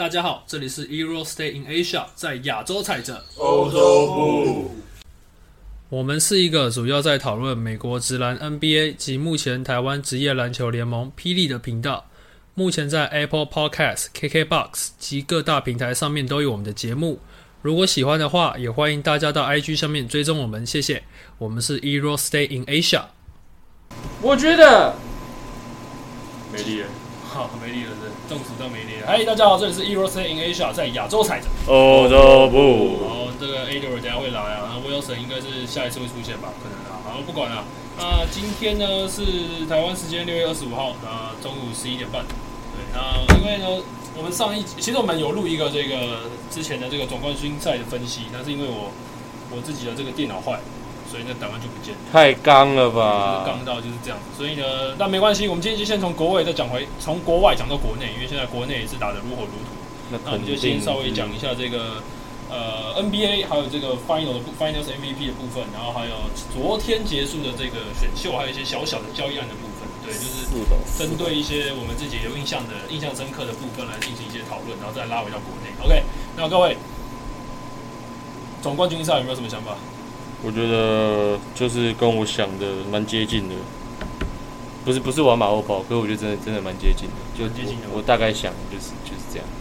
大家好，这里是 Euro Stay in Asia， 在亚洲踩着欧洲部。 我们是一个主要在讨论美国职篮 NBA 及目前台湾职业篮球联盟霹雳的频道。目前在 Apple Podcast、KKBox 及各大平台上面都有我们的节目。如果喜欢的话，也欢迎大家到 IG 上面追踪我们，谢谢。我们是 Euro Stay in Asia。 我觉得没力了。 好，没力了，中暑到没力了。嗨，大家好，这里是 Euro Stay in Asia， 在亚洲踩着欧洲部。 然后这个 Adler 等一下会来啊，然后 Wilson 应该是下一次会出现吧，可能啊。然后不管了，那今天呢是台湾时间6月25号，中午11点半。对，那因为呢，我们上一集其实我们有录一个这个之前的这个总冠军赛的分析，但是因为我自己的这个电脑坏，所以那档案就不见了。 太刚了吧？ 刚到就是这样子，所以呢，但没关系，我们今天就先从国外再讲回，从国外讲到国内，因为现在国内也是打得如火如荼。那我们就先稍微讲一下这个NBA， 还有这个 Finals MVP 的部分，然后还有昨天结束的这个选秀，还有一些小小的交易案的部分。对，就是针对一些我们自己有印象深刻的部分来进行一些讨论，然后再拉回到国内。OK， 那各位，总冠军赛有没有什么想法？ 我觉得就是跟我想的蛮接近的，不是玩马后炮，可是我觉得真的蛮接近的，就接近的。我大概想就是这样。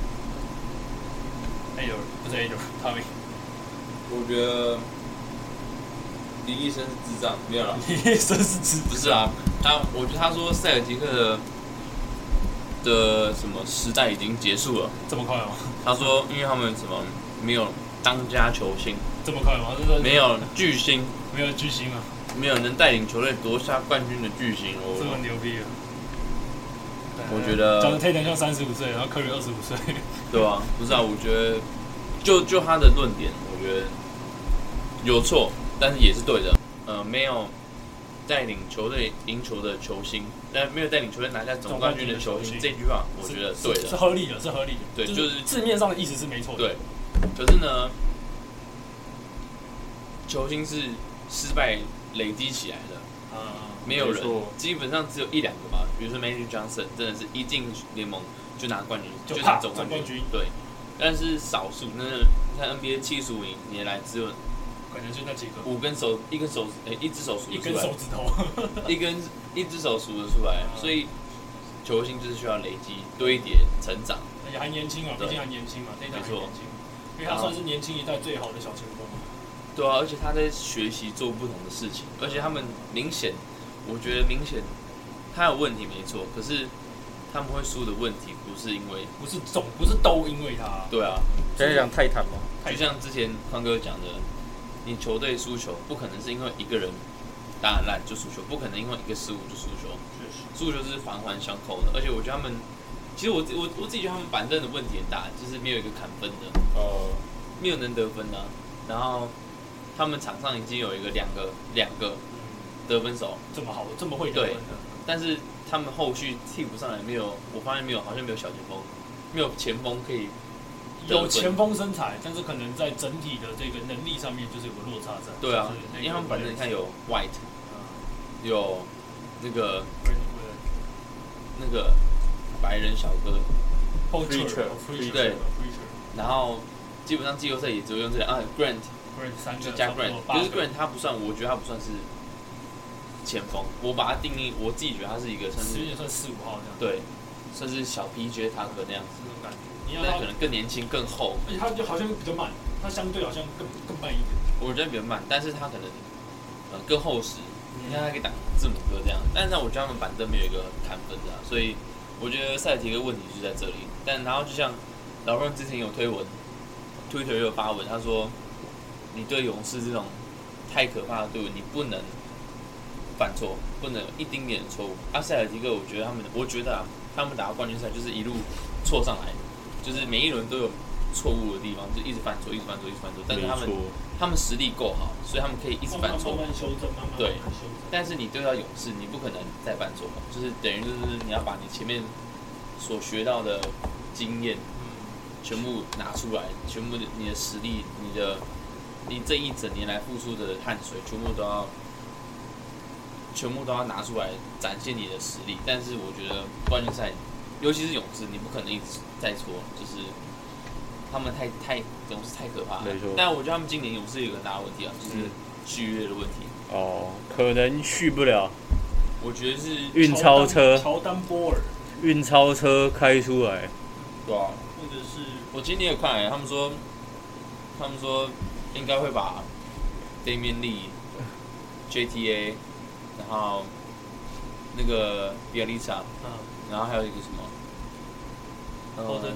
不是 Tommy， 我觉得林奕生是智障，没有啦。 林奕生是智障， 不是啊，我觉得他说塞尔提克的什么时代已经结束了， 这么快吗？ 他说，因为他们什么没有当家球星， 这么快吗？ 没有巨星， 没有巨星啊， 没有能带领球队夺下冠军的巨星。 这么牛逼啊！ 我觉得讲的 Tatum 像35岁，然后科里25岁， 对啊，不是啊，我觉得就他的论点，我觉得有错，但是也是对的。没有带领球队赢球的球星，但没有带领球队拿下总冠军的球星，这句话我觉得对的， 是合理的，是合理的。 对，就是字面上的意思是没错的。 对，可是呢，球星是失败累积起来的。没有人，基本上只有1-2个吧。比如说 Magic Johnson， 真的是一进联盟就拿冠军，就拿总冠军。对，但是少数，那你看 NBA 75年来只有， 可能就那几个 ，1只手数得出来， 一根手指头， 一只手数得出来。所以球星就是需要累积、堆叠、成长， 而且还年轻嘛，毕竟还年轻嘛，没错，因为他算是年轻一代最好的小前锋。 对啊，而且他在学习做不同的事情，而且他们我觉得明显他有问题没错，可是他们会输的问题不是因为不是都因为他。 对啊， 现在讲泰坦吗？ 就像之前宽哥讲的，你球队输球不可能是因为一个人打很烂就输球，不可能因为一个失误就输球，输球是环环相扣的。而且我觉得他们，其实我自己觉得他们板凳的问题很大，就是没有一个砍分的，没有能得分的，然后他们场上已经有两个得分手， 这么好，这么会得分的， 但是他们后续替补上来没有，我发现好像没有小前锋，没有前锋可以有前锋身材，但是可能在整体的这个能力上面就是有个落差在。 对啊，因为他们反正你看有 White， 有那个白人小哥 Preacher， 对，然后基本上季后赛也只有用这Grant 就加 Grant， 就是 Grant 他不算，我觉得他不算是前锋，我把他定义，我自己觉得他是一个算是 4-5号这样， 对，算是小 PJ 塔克那样子， 这种感觉。 但可能更年轻、更厚， 而且他就好像比较慢，他相对好像更慢一点。 我觉得比较慢，但是他可能更厚实，你看他可以打字母哥这样，但是我觉得他们板凳没有一个砍分的，所以我觉得塞尔提克问题就在这里。然后就像老润之前有推文 ，Twitter 有发文，他说你对勇士这种太可怕的队伍，你不能犯错，不能有一丁点的错误。塞尔提克，我觉得他们打到冠军赛就是一路错上来，就是每一轮都有错误的地方，就一直犯错。但是他们实力够好，所以他们可以一直犯错， 慢慢修正， 对。但是你对到勇士，你不可能再犯错，就是等于就是你要把你前面所学到的经验全部拿出来，全部你的实力，你这一整年来付出的汗水，全部都要拿出来展现你的实力。但是我觉得冠军赛，尤其是勇士，你不可能一直在错，就是他们勇士太可怕了。 没错。 但我觉得他们今年勇士有一个很大的问题啊，就是续约的问题。 哦，可能续不了。 我觉得是运钞车， 乔丹波尔， 运钞车开出来。 对啊， 或者是我今天有看，他们说应该会把 Damian Lee、JTA， 然后那个比亚利查，然后还有一个什么 Porter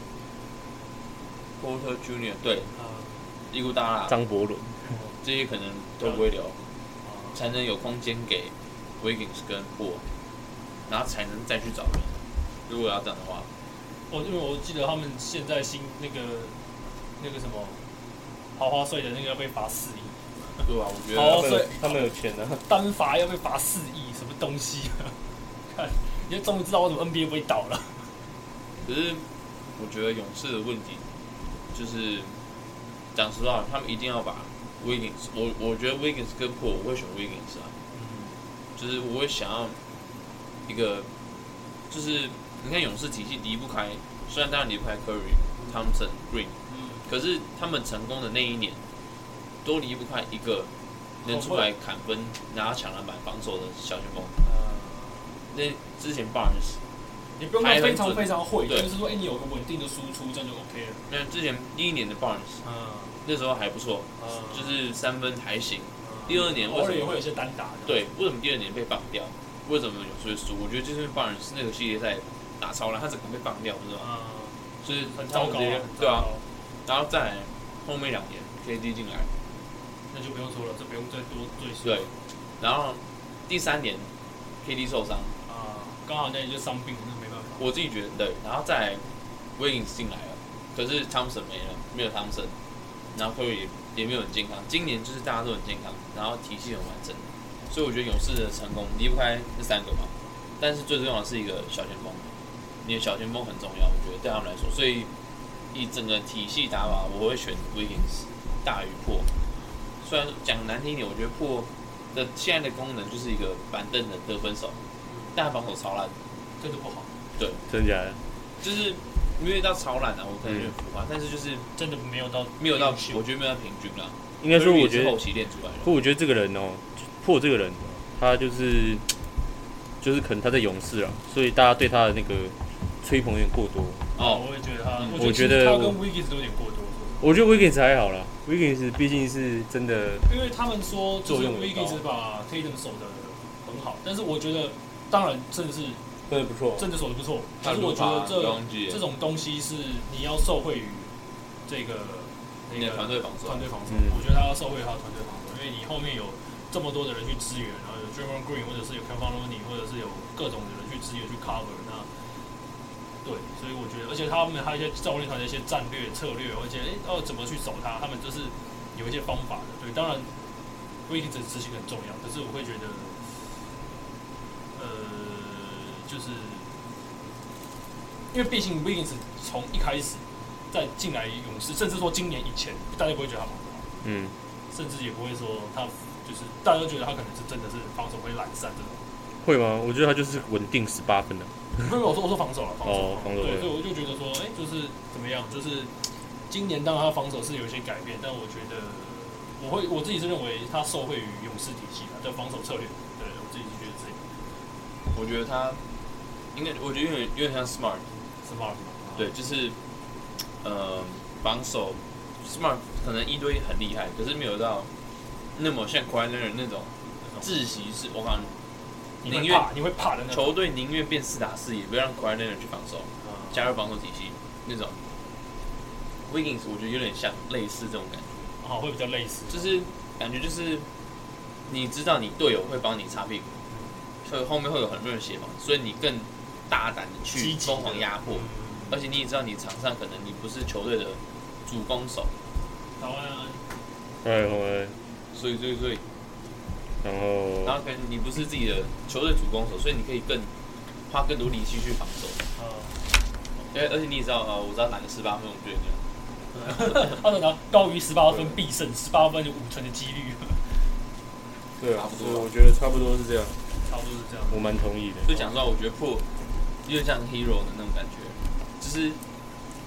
Junior， 对，伊古达拉、 张伯伦， 这些可能都不会留，才能有空间给 Wiggins 跟霍，然后才能再去找人。如果要这样的话， 因为我记得他们现在新那个什么豪华税的那个要被罚4亿。 对啊，我觉得他们有钱啊， 单罚要被罚4亿，什么东西啊？看，你就终于知道为什么 NBA 不会倒了。 可是我觉得勇士的问题就是讲实话，他们一定要把 Wiggins， 我觉得 Wiggins 跟破，我会选 Wiggins 啊，就是我会想要一个，就是你看勇士体系离不开，虽然当然离不开 Curry、Thompson、Green，可是他们成功的那一年，都离不开一个能出来砍分、然后抢篮板、防守的小前锋。那之前 Barnes， 你不用说非常非常会，就是说，你有个稳定的输出，这样就 OK 了。 那之前第1年的 Barnes，那时候还不错，就是3分还行。第2年为什么也会有些单打？对， 为什么第2年被放掉？为什么勇士会输？我觉得就是因为 Barnes 那个系列赛打超烂，他整个被放掉，不是吗？就是很糟糕， 对啊。然后再来后面2年 KD 进来， 那就不用说了，这不用再多赘述。 对，然后第3年 KD 受伤刚好那也就伤病，那没办法。 我自己觉得对，然后再来 Wiggins 进来了，可是 Thompson 没了，没有 Thompson， 然后 Curry 也没有很健康。今年就是大家都很健康，然后体系很完整，所以我觉得勇士的成功离不开这3个嘛。但是最重要的是一个小前锋，你的小前锋很重要，我觉得对他们来说，所以以整个体系打法，我会选 Wiggins 大于破。虽然讲难听一点，我觉得破的现在的功能就是一个板凳的得分手，但他防守超烂， 真的不好。 对，真假的？ 就是没有到超烂啊，我可能有点浮夸，但是就是真的没有到， 我觉得没有到平均啦。 应该说，我觉得后期练出来的。 不过我觉得这个人破这个人，他就是可能他在勇士啊，所以大家对他的那个吹捧有点过多。 我也觉得他， 我觉得他跟 Wiggins 有点过多。 我觉得 Wiggins 还好啦 ，Wiggins 毕竟是真的， 因为他们说就是 Wiggins 把 Tatum 守得很好，但是我觉得当然真的是不错， 真的守得不错，但是我觉得这种东西是你要受惠于这个团队防守， 我觉得他要受惠于他的团队防守，因为你后面有这么多的人去支援，然后有 Draymond Green 或者是有 Kevin Looney 或者是有各种的人去支援去 cover 那。对，所以我觉得，而且他们还有一些教练团的一些战略策略，而且怎么去守他，他们就是有一些方法的。对，当然 Wiggins 的执行很重要，可是我会觉得，就是因为毕竟 Wiggins 从一开始在进来勇士，甚至说今年以前，大家不会觉得他防守好，甚至也不会说他就是大家都觉得他可能是真的是防守会懒散这种。 会吗？我觉得他就是稳定18分的。 没有，我说防守了，防守。 对， 所以我就觉得说，就是怎么样，就是今年当然他防守是有一些改变，但我觉得我自己是认为他受惠于勇士体系的防守策略。对，我自己是觉得这样。 我觉得他我觉得有点像 Smart。对，就是防守 Smart 可能一堆很厉害，可是没有到那么像 Kawhi Leonard 那种窒息式。我告诉你。 你会怕的那种。 球队宁愿变4打4，也不要让 Kawhi Leonard 去防守，加入防守体系那种。Wiggins 我觉得有点像类似这种感觉， 会比较类似， 就是感觉就是你知道你队友会帮你擦屁股，所以后面会有很多人协防，所以你更大胆的去疯狂压迫，而且你也知道你场上可能你不是球队的主攻手，所以。然后可能你不是自己的球队主攻手，所以你可以花更多力气去防守。而且你也知道我知道哪个18分，我觉得他能拿高于18分必胜，18分有50%的几率。 对啊，我觉得差不多是这样。我蛮同意的。 所以讲实话，我觉得破有点像 Hero 的那种感觉，就是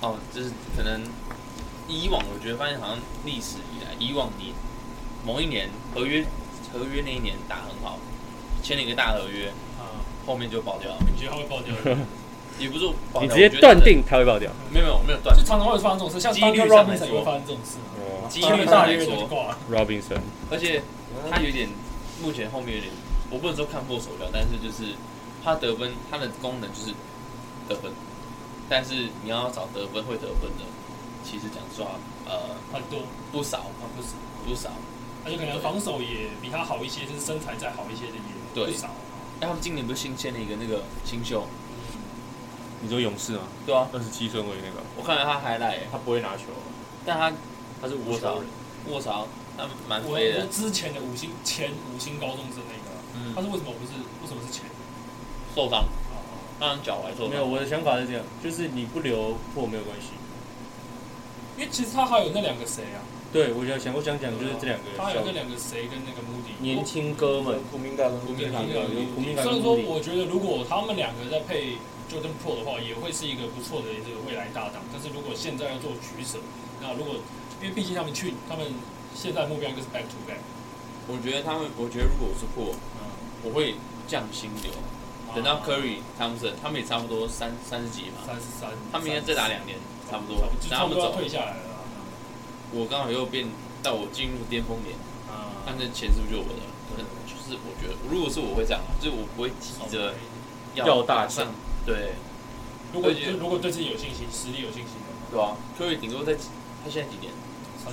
哦，就是可能以往我觉得发现好像历史以来，以往你某一年合约那一年打很好，签了一个大合约，后面就爆掉了。 你觉得他会爆掉？ 也不是说爆掉， 你直接断定他会爆掉？ 没有断， 就常常会发生这种事，像 Duncan Robinson 也会发生这种事。 几率上来说 ，Robinson， 而且他有点，目前后面有点，我不能说看破手脚，但是就是他得分，他的功能就是得分，但是你要找得分会得分的，其实讲实话， 很多不少， 而且可能防守也比他好一些，就是身材再好一些的也不少。 他们今年不是新签了一个那个新秀？ 你说勇士吗？ 对啊 ，27顺位那个。 我看了他highlight， 他不会拿球， 但他是卧槽，他蛮飞的。 之前的前五星高中生那个，他是为什么是前？ 受伤，他脚踝受伤。 没有，我的想法是这样，就是你不留破没有关系。 因为其实他还有那两个谁啊？ 对，我想讲就是这两个。 他有那两个谁跟那个穆迪年轻哥们， 古明嘎。虽然说我觉得如果他们两个在配 Jordan Pro 的话，也会是一个不错的这个未来搭档。但是如果现在要做取舍，那如果因为毕竟他们现在目标应该是 back to back。 我觉得如果我是破，我会降薪流。等到 Curry、Thompson 他们也差不多30几嘛 ，33， 他们应该再打2年，差不多，然后他们走退下来了。 我刚好又变到我进入巅峰年，但是钱是不是就我的？就是我觉得，如果是我会这样，就是我不会急着要大上。 对， 如果对自己有信心，实力有信心的话， 对啊，Curry 顶多他现在几年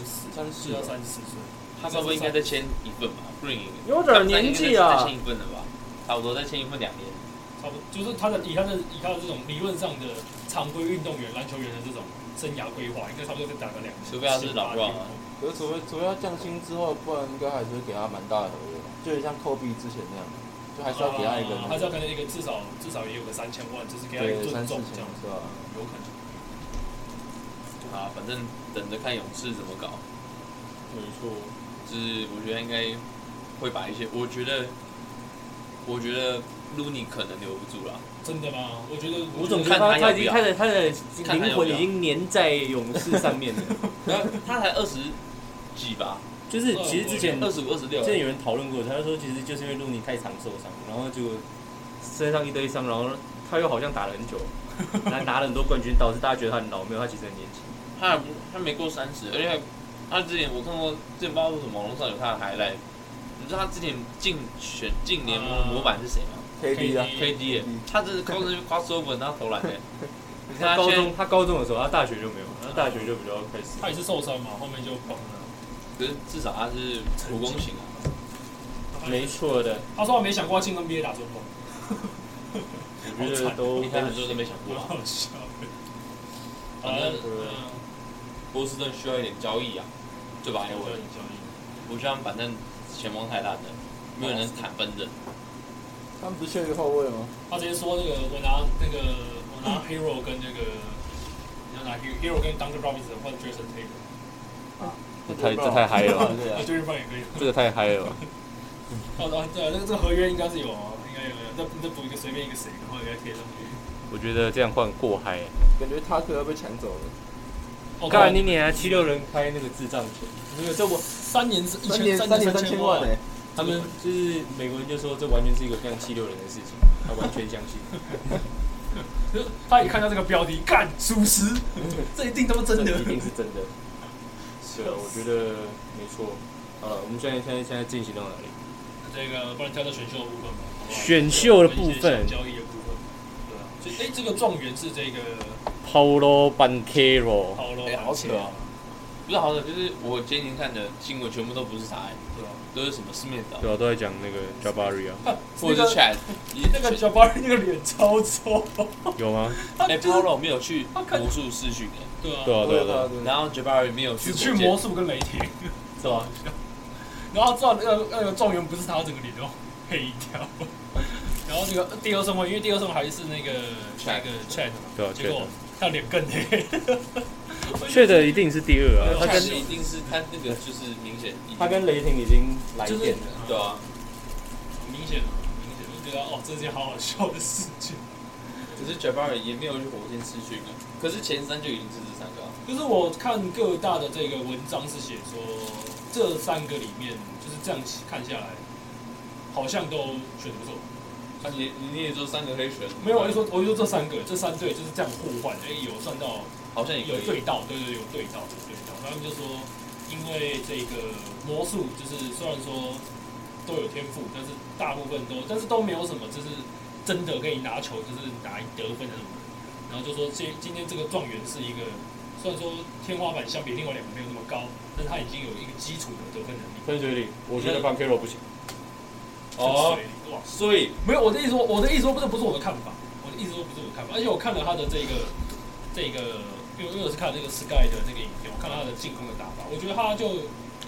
？34到34岁， 他差不多应该再签一份吧，Green 有点年纪啊， 再签一份了吧，差不多再签一份2年。 差不多，就是以他的这种理论上的常规运动员、篮球员的这种生涯规划，应该差不多再打个2年。 除非他是老布朗啊， 可是除非他降薪之后，不然应该还是会给他蛮大的合约，就像科比之前那样，就还是要给他一个， 还是要给他一个至少也有个3000万，就是给他一个尊重这样子，有可能。 啊，反正等着看勇士怎么搞。 没错， 就是我觉得应该会把一些，我觉得 Looney 可能留不住了。 真的吗？我觉得我总看他的灵魂已经粘在勇士上面了。 他才20几吧？ 就是其实之前 25、26， 之前有人讨论过，他说其实就是因为路尼太常受伤，然后就身上一堆伤，然后他又好像打了很久，拿了很多冠军，导致大家觉得他很老，没有，他其实很年轻。 他没过30，而且他之前我看过，之前不知道为什么网络上有他的highlight，你知道他之前进联盟模板是谁吗 ？KD 啊 ，KD， 他这是高中就 crossover，然后投篮的。 他高中的时候，他大学就没有，他大学就比较开始。 他也是受伤嘛，后面就崩了。 可是至少他是苦攻型啊。 没错的。 他说他没想过要进 NBA 打中锋。 我觉得都应该很多人都没想过。 好笑。 反正波士顿需要一点交易啊，对吧？我觉得他们反正前锋太烂了，没有人砍分的。 他们不是缺一个后卫吗？ 他直接说我拿 Hero 跟你要拿 Hero 跟 Duncan Robinson 换 Jason Tatum。 这太嗨了吧！ 对方也可以。 这个太嗨了吧！ 对，这个合约应该是有啊，应该有。再补一个随便一个谁，然后给他贴上去。 我觉得这样换过嗨。 感觉塔克要被抢走了。 刚才你还76人开那个智障钱，那个这我 3年 3000万哎。 他们就是美国人就说这完全是一个非常76人的事情，他完全相信。 他一看到这个标题，干属实，这一定他妈真的， 一定是真的。是啊，我觉得没错。好了，我们现在进行到哪里？ 这个不然跳到选秀的部分吧。 选秀的部分， 交易的部分。对啊，所以这个状元是这个 Paolo Banchero。 好扯啊！不是好扯，就是我前几天看的新闻全部都不是他，对吧？都是什么四面倒。 对啊，都在讲那个 Jabari 啊， 或者是 Chad。 那个 Jabari 那个脸超臭。 有吗 ？Paolo 没有去魔术试训的。 对啊。 然后 Jabari 没有去魔术跟雷霆，是吧？然后知道那个状元不是他，整个脸都黑掉。然后这个第二顺位，因为第二顺位还是那个 Chad 嘛， 对啊， 结果他脸更黑。 Chad 一定是第2啊， 他跟一定是他那个就是明显， 他跟雷霆已经来电了， 对啊， 明显，我觉得这是件好好笑的事情。 可是 Jabari 也没有去火箭试训啊，可是前3就已经是这3个啊。 就是我看各大的这个文章是写说，这3个里面就是这样看下来，好像都选得不错。 你也说3个可以选？ 没有，我就说这3队就是这样互换，有算到， 好像也有对到，对，有对到。他们就说，因为这个魔术就是虽然说都有天赋，但是大部分都没有什么就是真的可以拿球就是拿得分的那种人。然后就说今天这个状元是一个，虽然说天花板相比另外2个没有那么高，但是他已经有一个基础的得分能力。 分水岭，我觉得 Banchero 不行。 所以没有我的意思说不是我的看法，而且我看了他的这个，因为我是看这个 Sky 的那个影片，我看了他的进攻的打法，我觉得他就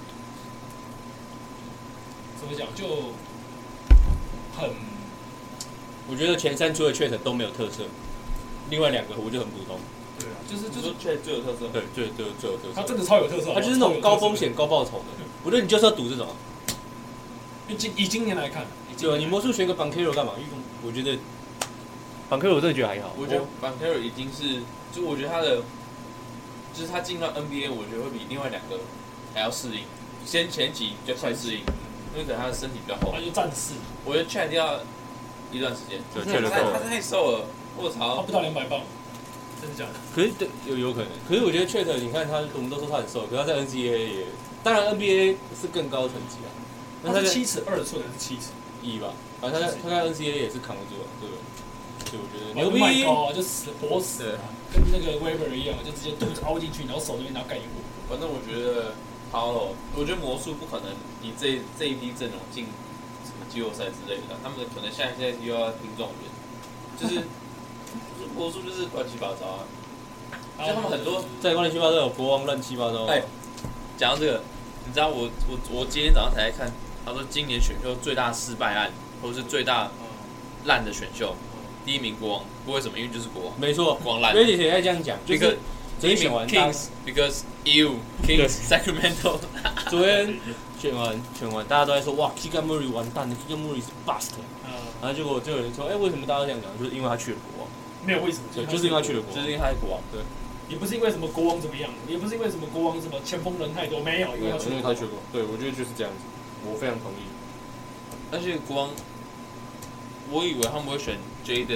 怎么讲就很， 我觉得前3除了 Chet 都没有特色，另外2个我就很普通。 对啊，就是 Chet 最有特色， 对，最有特色。 他真的超有特色， 他就是那种高风险高报酬的。我觉得你就是要赌这种。 以今年来看， 对，你魔术选个 Banchero 干嘛？我觉得 Banchero 我真的觉得还好。 我觉得 Banchero 已经是，就我觉得他的，就是他进到 NBA， 我觉得会比另外2个还要适应。前期比较快适应，因为可能他的身体比较厚。 他就战士。 我觉得 Chet 要一段时间。 对， 他太瘦了，我操！ 他不到200磅，真的假的？ 可是有可能。可是我觉得 Chet 你看他，我们都说他很瘦，可是他在 NCAA 也，当然 NBA 是更高层级啊。 他是7.2寸还是7.1吧？ 反正他在 NCAA 也是扛得住啊，对。所以我觉得牛逼高啊，就活死了，跟那个 Weber 一样，就直接肚子凹进去，然后手那边拿盖一火。 反正我觉得 Paolo， 我觉得魔术不可能以这一批阵容进什么季后赛之类的，他们可能下一赛季又要拼状元，就是魔术就是乱七八糟啊。就他们很多在乱七八糟有国王乱七八糟。 哎，讲到这个，你知道我今天早上才在看。他说今年选秀最大失败案，或者是最大烂的选秀，第1名国王，不为什么？因为就是国王， 没错， 国王烂。 瑞迪也在这样讲，就是第1名 Kings because you Kings Sacramento。 昨天选完，大家都在说哇 ，Keegan Murray 完蛋了 ，Keegan Murray 是 bust。然后结果就有人说，为什么大家这样讲？就是因为他去了国王。 没有为什么？ 对，就是因为他去了国王， 就是因为他是国王。对。 也不是因为什么国王怎么样，也不是因为什么国王什么前锋人太多，没有，因为他去了国王。 对，我觉得就是这样子。我非常同意， 而且国王，我以为他们会选 Jaden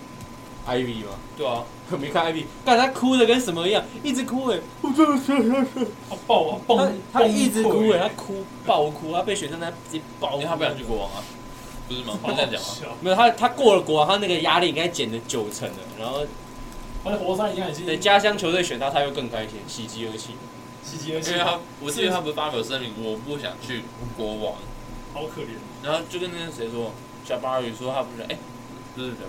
Ivy 吗？ 对啊， 我没看 Ivy， 看他哭的跟什么一样，一直哭我真的他一直哭他爆哭，他被选上他直接爆哭， 因为他不想去国王啊，不是吗？他这样讲吗？ 没有，他过了国王，他那个压力应该减了90%了，然后他的活塞已经很对家乡球队选他，他又更开心，喜极而泣。 因为我记得他不是发表声明，我不想去国王， 好可怜。 然后就跟那个谁说，小巴语说他不想，不是的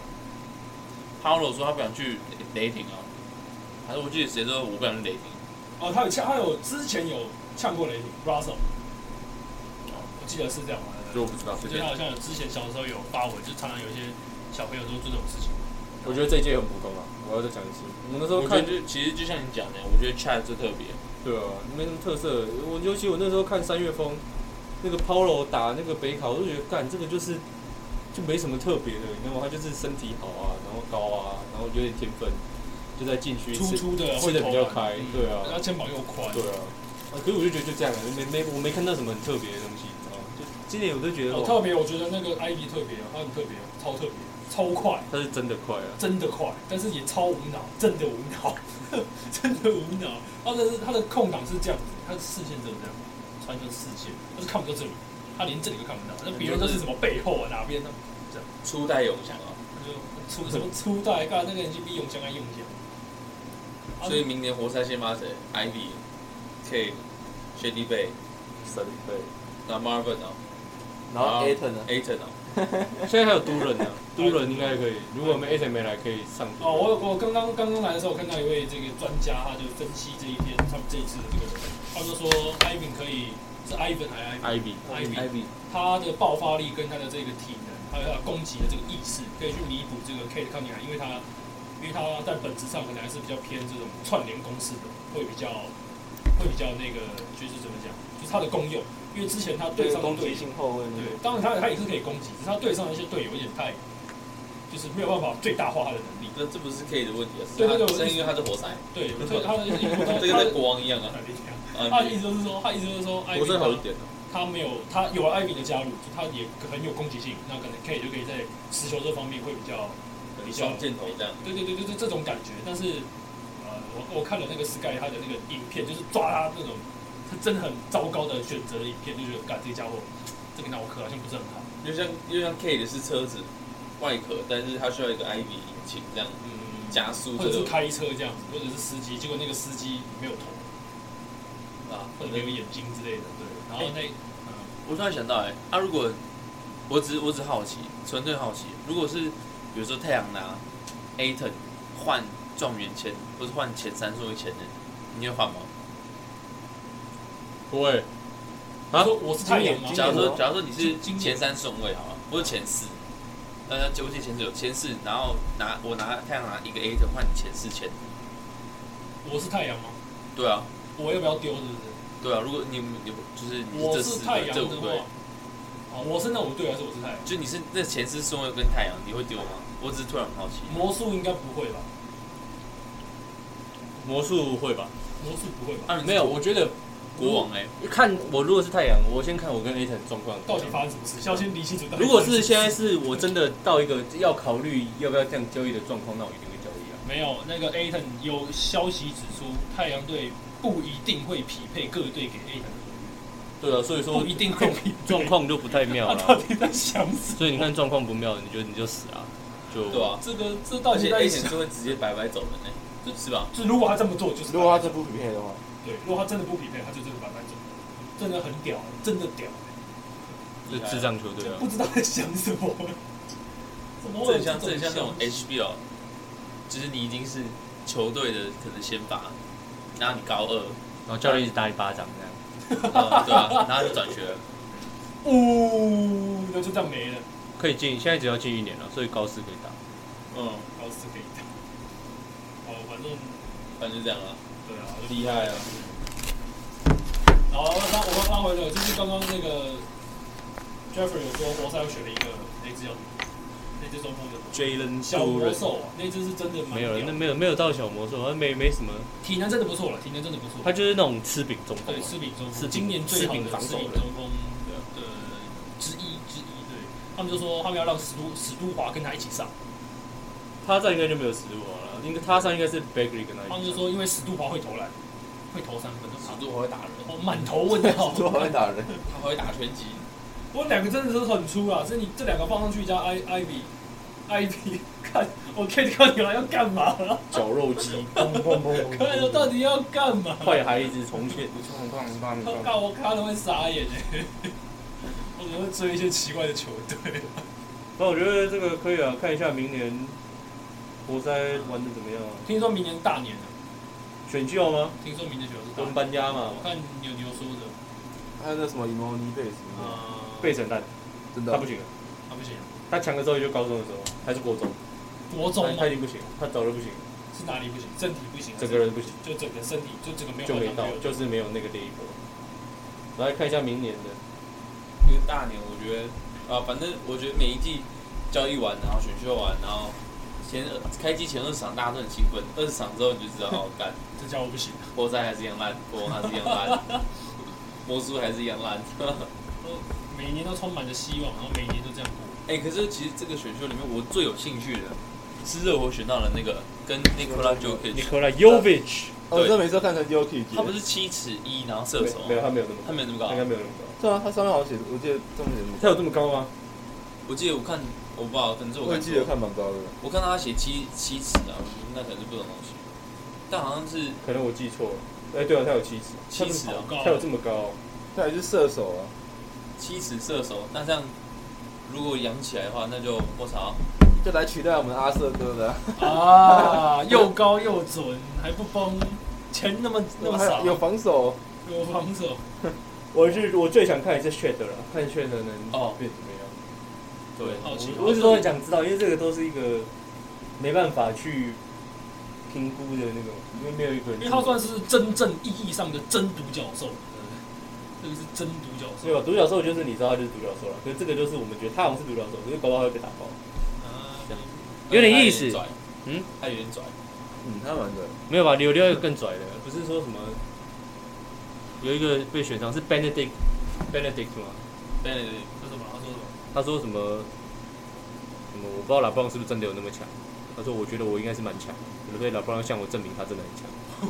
，Paolo 说他不想去雷霆啊，还是我记得谁说我不想去雷霆？ 哦，他有之前有呛过雷霆 ，Russell， 我记得是这样嘛？ 这我不知道。 我记得他好像有之前小的时候有发文，就常常有一些小朋友都做这种事情。 我觉得这一届很普通啊，我要再讲一次。我那时候看， 其实就像你讲的，我觉得 Chat 最特别。 对啊，没什么特色。尤其我那时候看3月风，那个 Paolo 打那个北考，我就觉得干这个就没什么特别的，你知道吗？他就是身体好啊，然后高啊，然后有点天分，就在禁区粗的吃的比较开，对啊， 他肩膀又宽， 对啊。可是我就觉得就这样了，我没看到什么很特别的东西，你知道吗？就今年我都觉得特别，我觉得那个 Ivy 特别，他很特别，超特别。超快， 他是真的快啊！ 真的快，但是也超无脑，真的无脑，真的无脑。他的空档是这样子，他的视线只有这样，穿着视线，他是看不到这里，他连这里都看不到。那别人都是什么背后啊，哪边呢？这样。 初代永祥啊， 就什么初代，干那个人就比永祥还永祥。 所以明年活塞先发谁 ？Ivy、K、Shady Bay、Shady Bay， 然后 Marvin 啊， 然后 Ayton 啊。 现在还有都人呢，都人应该可以。如果我们 Ayton 没来，可以上。 我刚刚来的时候，我看到一位这个专家，他就分析这一篇他们这一次的这个，他就说 Ivan 可以是 Ivan 还是 Ivy， 他的爆发力跟他的这个体能，还有他攻击的这个意识，可以去弥补这个 Kate Cunningham，因为他在本质上可能还是比较偏这种串联攻势的，会比较那个就是怎么讲，就是他的功用。因为之前他对上的攻击性后卫， 对，当然他也是可以攻击，只是他对上的一些队友有点太就是没有办法最大化他的能力。 这不是 K 的问题啊， 对， 是因为他是活塞。 对，所以他的这个跟国王一样啊。 他的意思就是说， 活塞好一点他有了艾比的加入，他也很有攻击性，那可能 K 就可以在持球这方面会比较双箭头这样。 对，这种感觉。但是我看了那个 Sky 他的那个影片，就是抓他那种他真的很糟糕的选择的影片，就觉得干这个家伙这个脑壳好像不是很好。 就像 K 的是车子外壳，但是他需要一个 IB 引擎这样，加速， 或者是开车这样子，或者是司机，结果那个司机没有头或者没有眼睛之类的，对。然后我突然想到，如果我只好奇，纯粹好奇，如果是比如说太阳拿 Ayton 换状元签，或是换前3顺位签的，你会换吗？ 不会。 我是太阳吗？ 假如说你是前3顺位好了，或者前4，纠结前4有前4，然后我拿太阳拿一个 Ayton 换前4签， 我是太阳吗？ 对啊。 我要不要丢？是不是？ 对啊，如果你就是我是太阳的话， 我是那5队还是我是太阳？ 就你是那前4顺位跟太阳，你会丢吗？我只是突然很好奇。 魔术应该不会吧？ 魔术会吧？ 魔术不会吧？ 没有，我觉得国王看我如果是太阳，我先看我跟 Ayton 状况到底发生什么事，要先理清楚。 如果是现在是我真的到一个要考虑要不要这样交易的状况，那我一定会交易啊。 没有，那个 Ayton 有消息指出，太阳队不一定会匹配各队给 Ayton 的合约。 对啊，所以说不一定会匹配， 状况就不太妙了。 他到底在想什么？ 所以你看状况不妙，你就死啊。 对啊， 这到底在想？是会直接白走的呢，是吧？ 就如果他这么做，就是如果他真不匹配的话， 对，如果他真的不匹配，他就真的白走，真的很屌，真的屌。 就智障球队啊， 不知道在想什么。 这很像那种 HBL， 就是你已经是球队的可能先发，然后你高2， 然后教练一直打你巴掌这样。 对啊，然后就转学了。 那就这样没了。 可以进，现在只要进1年了，所以高4可以打。 高4可以打。 反正就这样啊。 对啊， 厉害啊。 好，我们拉回了，就是刚刚那个 Jeffrey 有说活塞又选了一个那只中锋的 Jalen 小魔兽啊，那只是真的没有，那没有到小魔兽，他没什么。 体能真的不错了，体能真的不错。 他就是那种吃饼中锋， 对，吃饼中锋，今年最好的吃饼中锋的之一。对，他们就说他们要让史都华跟他一起上。 他上应该就没有史都华了，他上应该是 Bagley 跟他一起。 他们就说，因为史都华会投篮，会投3分， 史都华会打人， 满头问号。 史都华会打人， 他会打拳击。 我2个真的是很粗啊，所以你这2个放上去加 Ivy， 看我可以看你来要干嘛了？ 绞肉机， 看我到底要干嘛？ 坏孩子重现， 我看了会傻眼哎！我只会追一些奇怪的球队。 那我觉得这个可以啊，看一下明年活塞玩的怎么样啊？ 听说明年大年了， 选秀吗？ 听说明年选秀是大轮班压嘛？ 我看牛说的。 还有那什么Imoni贝斯， 贝神蛋， 真的他不行，他强的时候也就高中的时候，还是国中。 国中他已经不行，他早就不行。 是哪里不行？身体不行， 整个人不行， 就整个身体就整个没有就没到，就是没有那个 level。来看一下明年的， 这个大年我觉得反正我觉得每一季交易完，然后选秀完，然后开机前20场大家都很兴奋，20场之后你就知道干， 这家伙不行， 活塞还是一样烂，国王还是一样烂，魔术还是一样烂。 每年都充满着希望，然后每年都这样过。 可是其实这个选秀里面我最有兴趣的是热火选到了那个跟 Nikola Jokic。 我这每次都看成 Jokic。 他不是7'1", 然后射手？ 没有，他没有那么高， 他没有那么高， 应该没有那么高。 对啊，他上面好像写，我记得上面写他有这么高吗？ 我记得我不知道，可能是我记得看蛮高的。 我看到他写7尺啊，那可能是不同东西。但好像是， 可能我记错了。对啊，他有7尺 ，7尺啊， 他有这么高？ 他还是射手啊 ，7尺射手。那这样如果养起来的话，那就我操， 就来取代我们阿瑟哥的啊，又高又准，还不崩，钱那么少， 有防守， 有防守。 我最想看的是 Shed 了，看 Shed 能变怎么样？ 对， 好奇。 我一直都很想知道，因为这个都是一个没办法去评估的那种，因为没有一个人。 因为他算是真正意义上的真独角兽，这个是真独角兽。 对吧？独角兽就是你知道他就是独角兽了，可是这个就是我们觉得他好像是独角兽，可是搞不好会被打爆。 有点意思。 他有点拽。 他蛮的。 没有吧？有另外一个更拽的，不是说什么有一个被选上是 Benedict 吗 ？Benedict 这是什么？ 他说什么？我不知道拉布朗是不是真的有那么强。他说我觉得我应该是蛮强，所以拉布朗向我证明他真的很强。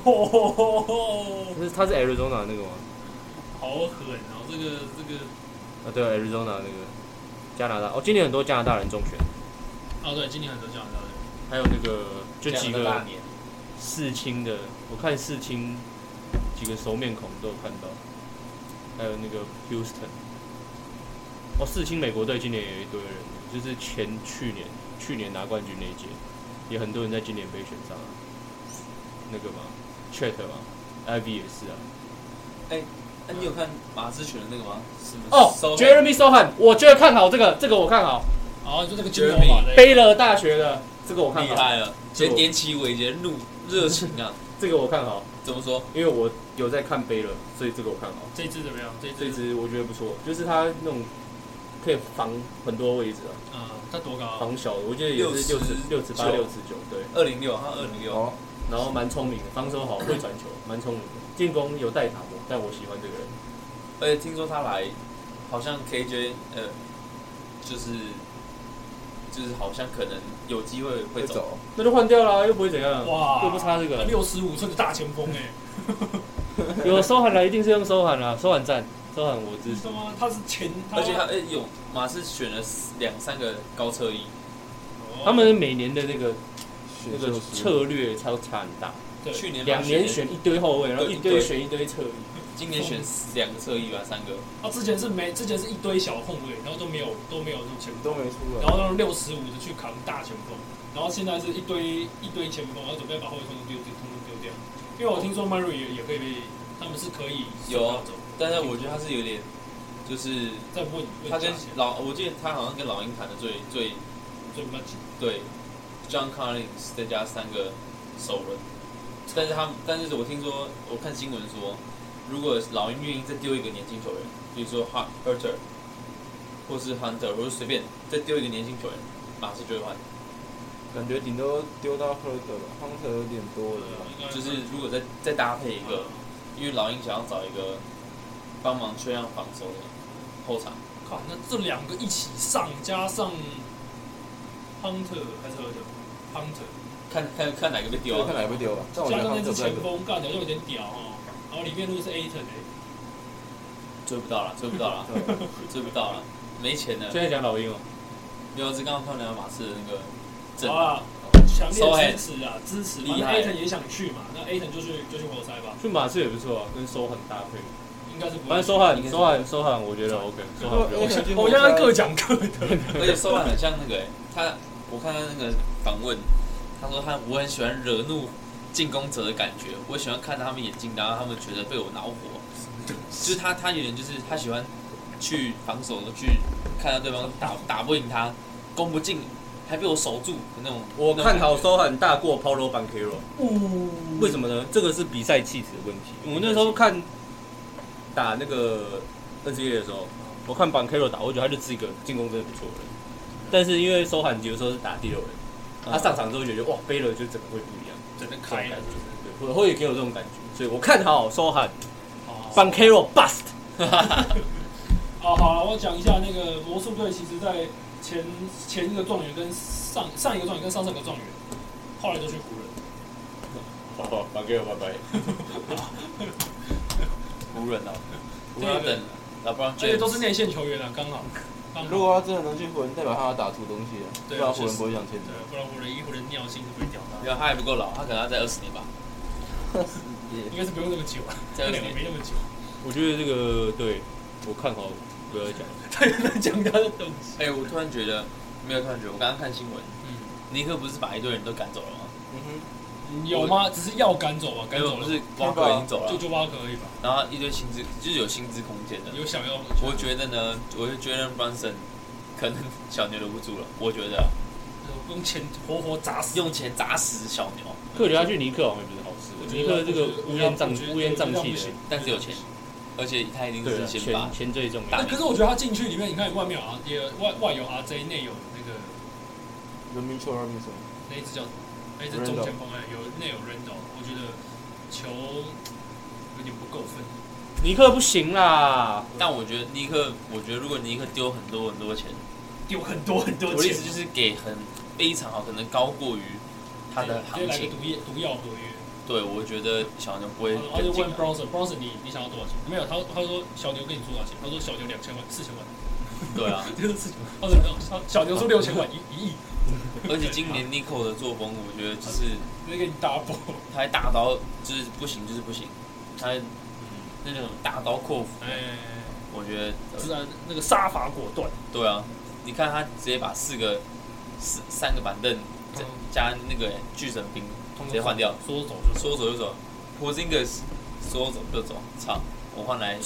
他是 Arizona 那个吗？ 好狠哦！这个对 Arizona 那个加拿大今年很多加拿大人中选。 对，今年很多加拿大人。 还有那个就几个大年世青的，我看世青几个熟面孔都有看到，还有那个 Houston。世青美国队今年也有一堆人，就是去年拿冠军那一届，也很多人在今年被选上了。那个嘛 ，Chet 嘛 ，Ivy 也是啊。 那你有看马刺选的那个吗 ？Jeremy Sohan， 我觉得看好这个我看好。 就这个金头发的。 贝勒大学的，这个我看好。 厉害了，先点起伟杰热情啊！ 这个我看好。 怎么说？ 因为我有在看贝勒，所以这个我看好。 这一支怎么样？ 这一支我觉得不错，就是他那种可以防很多位置啊。他多高？ 防小的，我觉得也是68、69，对。 206，他206。 然后蛮聪明的，防守好，会传球，蛮聪明的。进攻有带塔魔，但我喜欢这个人。 而且听说他来，好像 KJ 就是好像可能有机会走， 那就换掉啦，又不会怎样。 哇， 又不差这个。 65寸的大前锋有收函来，一定是用收函啦，收函站，收函我支持。 他是而且他有马刺选了2-3个高侧翼， 他们每年的那个策略差很大。 去年 2年选一堆后卫，然后一堆选一堆侧翼。 今年选2个侧翼吧，3个。 之前是一堆小后卫，然后都没有前锋， 都没出来。 然后让65的去扛大前锋，然后现在是一堆前锋，然后准备把后卫通通丢掉。因为我听说 Murray 也可以被，他们是可以有，但是我觉得他是有点，就是在问他跟我记得他好像跟老鹰谈的最 much 对 ，John Collins 再加3个首轮，但是我听说我看新闻说。如果老鹰愿意再丢一个年轻球员，比如说 Herter， 或是 Hunter， 或者随便再丢一个年轻球员，马刺就会换。 感觉顶多丢到 Herter 吧 ，Hunter 有点多了。 就是如果再搭配一个，因为老鹰想要找一个帮忙缺氧防守的后场。 靠，那这2个一起上，加上 Hunter 还是 Hunter？ 看哪个被丢啊？ 看哪个被丢吧。 加上那只前锋，干起来就有点屌哦。然后里面如果是 Ayton 追不到了，没钱了。 现在讲老鹰哦， 没有，是刚刚看到马刺的那个阵。 好啦，强烈支持。 厉害。 Ayton 也想去嘛，那 Ayton 就去活塞吧。 去马刺也不错啊，跟收很搭配。 应该是不会。 反正收函，我觉得 OK。 我现在各讲各的。 而且收函很像那个我看他那个访问，他说我很喜欢惹怒进攻者的感觉，我喜欢看他们眼睛，然后他们觉得被我恼火。就是他有点就是他喜欢去防守，去看到对方打不赢他，攻不进，还被我守住的那种。 我看好收函大过 Paulo Banchero。为什么呢？这个是比赛气质的问题。我那时候看打那个 NBA 的时候，我看 Banchero 打，我觉得他就是一个进攻真的不错的人。但是因为收函有时候是打第6人，他上场之后觉得哇，背了就整个会不一样。 整个开了， 对，会给我这种感觉，所以我看好收函 ，Banchero bust。 好了，我讲一下那个魔术队，其实在前一个状元跟上一个状元跟上一个状元，后来都去湖人。 好，Banchero 拜拜。 湖人啊，湖人要等而且都是内线球员啊，刚好。 如果他真的能去湖人，代表他要打出东西了，不然湖人不会想签他。 不然湖人尿性就不会掉他。 因为他还不够老，他可能要再20年吧。 应该是不用那么久啊， 再2年没那么久。 我觉得这个对我看好，不要再讲。 他有在讲他的东西。 我突然觉得，我刚刚看新闻，尼克不是把一堆人都赶走了吗？ 有吗？只是要赶走吧，赶走了。 不是瓦克已经走了， 就瓦克而已吧。 然后一堆薪资，就是有薪资空间的。 有想要。 我觉得呢，我就觉得 Brunson 可能小牛留不住了。我觉得。 用钱活砸死。 用钱砸死小牛。 克留下去尼克好像也不是好事。尼克这个乌烟瘴气的， 但是有钱，而且他一定是先把钱最重要。 可是我觉得他进去里面，你看外面有外有 RJ， 内有那个有 Mitchell Robinson， 那一只叫什么？那一只中前锋有 Randall， 我觉得球有点不够分。 尼克不行啦， 但我觉得如果尼克丢很多钱， 丢很多钱， 我的意思就是给非常好，可能高过于他的行情。 毒药合约。 对，我觉得小牛不会他就问跟进来。 Bronson， 你想要多少钱？没有，他说小牛跟你说多少钱？他说小牛2000万、4000万。 对啊， 就是4000万。小牛说6000万，1亿。 而且今年 Nico 的作风，我觉得就是那个你 double， 他还大刀就是不行，他那种大刀阔斧，我觉得自然那个杀伐果断。 对啊，你看他直接把3个板凳加那个巨神兵直接换掉， 说走就走。 Porzingis 说走就走，操！我换来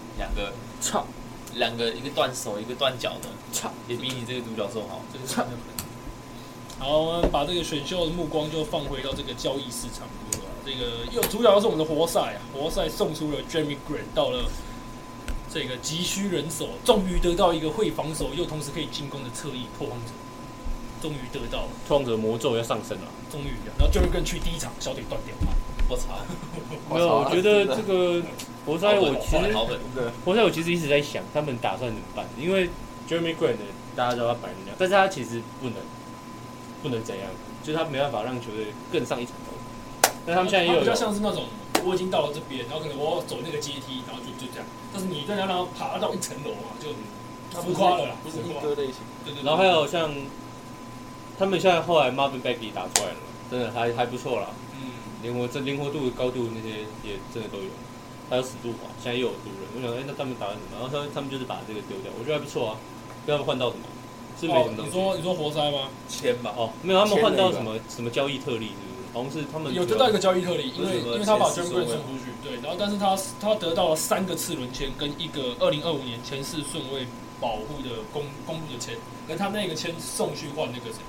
两个，一个断手，一个断脚的，操！也比你这个独角兽好。 这个是好，我们把这个选秀的目光就放回到这个交易市场。这个主角是我们的活塞啊，活塞送出了 Jeremy Grant， 到了这个急需人手，终于得到一个会防守又同时可以进攻的侧翼拓荒者，终于得到了。 拓荒者魔咒要上升了， 终于。然后 Jeremy Grant 去第一场小腿断掉。 我操！ 没有，我觉得这个活塞活塞我其实一直在想他们打算怎么办，因为 Jeremy Grant 大家知道他本人这样，但是他其实不能怎样，就是他没办法让球队更上一层楼。但他们现在比较像是那种我已经到了这边，然后可能我要走那个阶梯，然后就这样。但是你真的要让他爬到1层楼嘛，就浮夸了啦， 不是一哥类型。 对。 然后还有像他们现在后来 Marvin Bagley 打出来了，真的还不错啦。灵活度、高度那些也真的都有，还有死度嘛，现在又有毒人。我想，那他们打算什么？然后他们就是把这个丢掉，我觉得还不错啊。被他们换到什么？是没什么东西。 你说活塞吗？ 签吧。 哦，没有，他们换到什么交易特例，是不是？好像是他们有得到一个交易特例，因为他把 Jeremy Grant 送出去，对，然后但是他得到了3个次轮签跟一个2025年前4顺位保护的公路的签，跟他那个签送去换那个谁？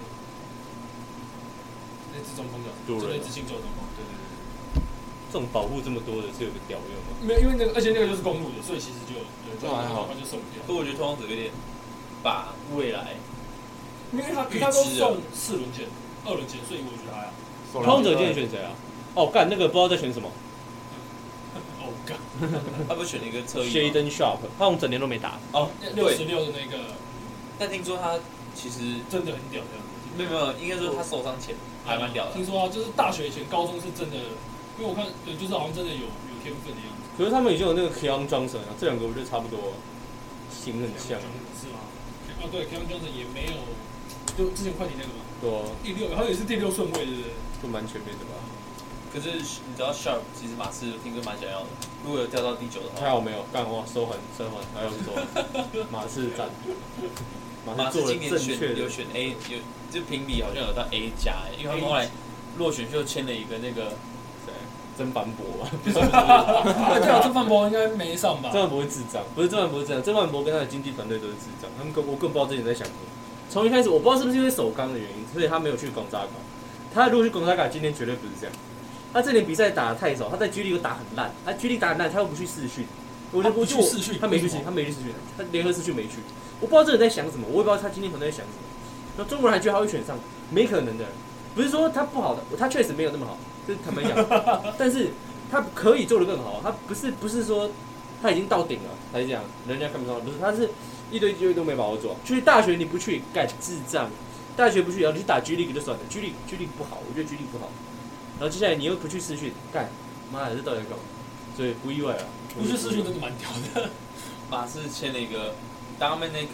那支中锋的，就那支新秀中锋，对。 这种保护这么多的是有个屌用吗？ 没有，因为而且那个就是公路的，所以其实就还好，他就送不掉。 可我觉得拓荒者有点把未来， 因为他都送4轮签、2轮签，所以我觉得还好。 拓荒者今天选谁啊？哦，干那个不知道在选什么。 哦干， 他不是选了一个侧翼 Shaedon Sharp， 他好像整年都没打。 哦 ，66的那个。 但听说他其实真的很屌的。 没有，应该说他受伤前还蛮屌的。 听说啊，就是大学前、高中是真的，因为我看对，就是好像真的有天分的样子。 可是他们已经有那个 Keon Johnson 啊，这2个我觉得差不多，型很像。 是吗？啊，对 ，Keon Johnson 也没有，就之前快艇那个嘛。 对啊。 第6，好像也是第6顺位，对不对？ 就蛮全面的吧。 可是你知道 Sharp 其实马刺听说蛮想要的，如果有掉到第9的话。 还好没有，干哇收环，还有收环，马刺战。 马刺今年有选 A， 就评比好像有到 A 加，因为他们后来落选秀签了一个那个谁， 曾凡博吧。 对啊，曾凡博应该没上吧？ 曾凡博会智障，不是曾凡博这样，曾凡博跟他的经纪团队都是智障，我更不知道之前在想什么。从一开始我不知道是不是因为首钢的原因，所以他没有去广扎港。他如果去广扎港，今天绝对不是这样。他这年比赛打得太少，他在 G 力又打很烂，他 G 力打很烂，他又不去试训。 他不去试训， 他没去试训，他联合试训没去。我不知道这人在想什么，我也不知道他今天团队在想什么。那中国人还觉得他会选上，没可能的。不是说他不好的，他确实没有那么好，就是坦白讲。但是他可以做得更好，他不是说他已经到顶了才这样，人家看不上，不是，他是一堆机会都没把握做。去大学你不去，干智障。大学不去，然后你去打 G League 就算了，G League 不好，我觉得 G League 不好。然后接下来你又不去试训，干，妈的，这到底在干嘛？所以不意外啊。 不去试训真的蛮屌的。 马刺签了一个 Dominic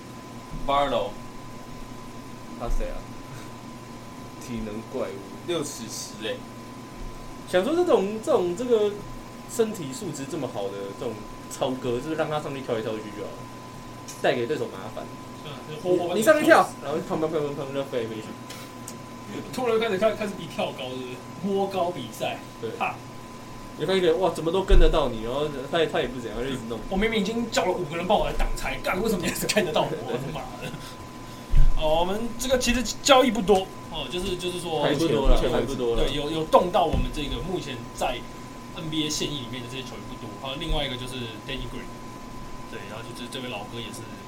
Barlow， 他谁啊？体能怪物 ，6尺10嘞。 想说这种这个身体素质这么好的这种超哥，就是让他上去跳来跳去就好了，带给对手麻烦。你上去跳，然后砰就飞来飞去。 突然开始比跳高，是不是？摸高比赛。 对。你看一个哇，怎么都跟得到你，然后他也不怎样，就一直弄。 我明明已经叫了5个人帮我来挡拆，干为什么你还是看得到我？我的妈的！我们这个其实交易不多哦，就是说还不多了， 对，有动到我们这个目前在 NBA 现役里面的这些球员不多。还有另外一个就是 Danny Green， 对，然后就是这位老哥也是，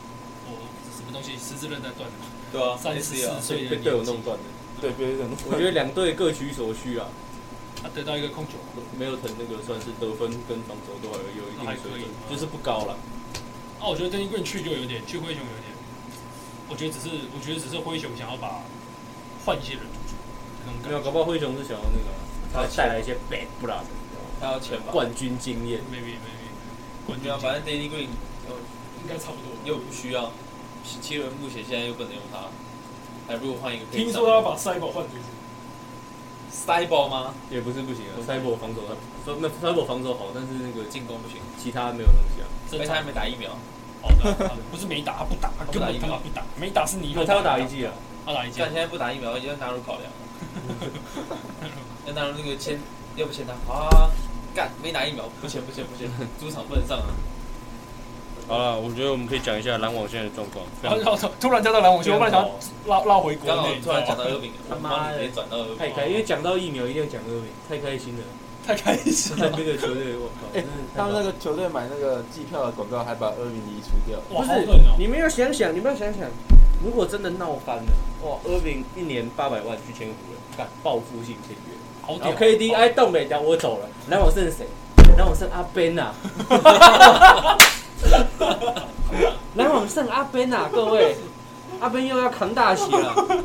什么东西十字韧带断了嘛？ 对啊 34岁的被队友弄断的。 对，别人我觉得两队各取所需啊。 他得到一个控球， 没有腾那个算是得分跟防守都还有一定的水准，就是不高了。 我觉得 Danny Green 去灰熊有点，我觉得只是灰熊想要换一些人出去， 没有，搞不好灰熊是想要那个，他带来一些 bad blood， 他要钱吧？ 冠军经验 ，maybe， 冠军， 反正 Danny Green 应该差不多， 又不需要，七人目前现在又不能用他，还不如换一个。 听说他要把塞宝换出去。 塞宝吗？ 也不是不行啊，塞博防守塞博防守好，但是那个进攻不行， 其他没有东西啊。 而且他还没打疫苗。 不是没打，他不打，他根本他妈不打，没打是你。 他要打一季啊， 他打一季。 但现在不打疫苗，已经纳入考量了。要纳入那个签，要不签他啊？干，没打疫苗，不签，主场不能上啊。 好了，我觉得我们可以讲一下篮网现在的状况。 然后突然讲到篮网，我本来想拉回国内， 突然讲到厄饼， 他妈的， 转到厄饼， 太开，因为讲到疫苗一定要讲厄饼，太开心了。 太开心了。 那个球队，我靠， 他们那个球队买那个季票的广告，还把厄云移除掉。 哇， 不是，你们要想想，如果真的闹翻了，哇，厄云1年800万去签湖人，干报复性签约。 好屌。 KD 哎动没掉，我走了。篮网剩谁？篮网剩阿 Ben 啊。篮网剩阿 Ben 啊，各位，阿 Ben 又要扛大旗了。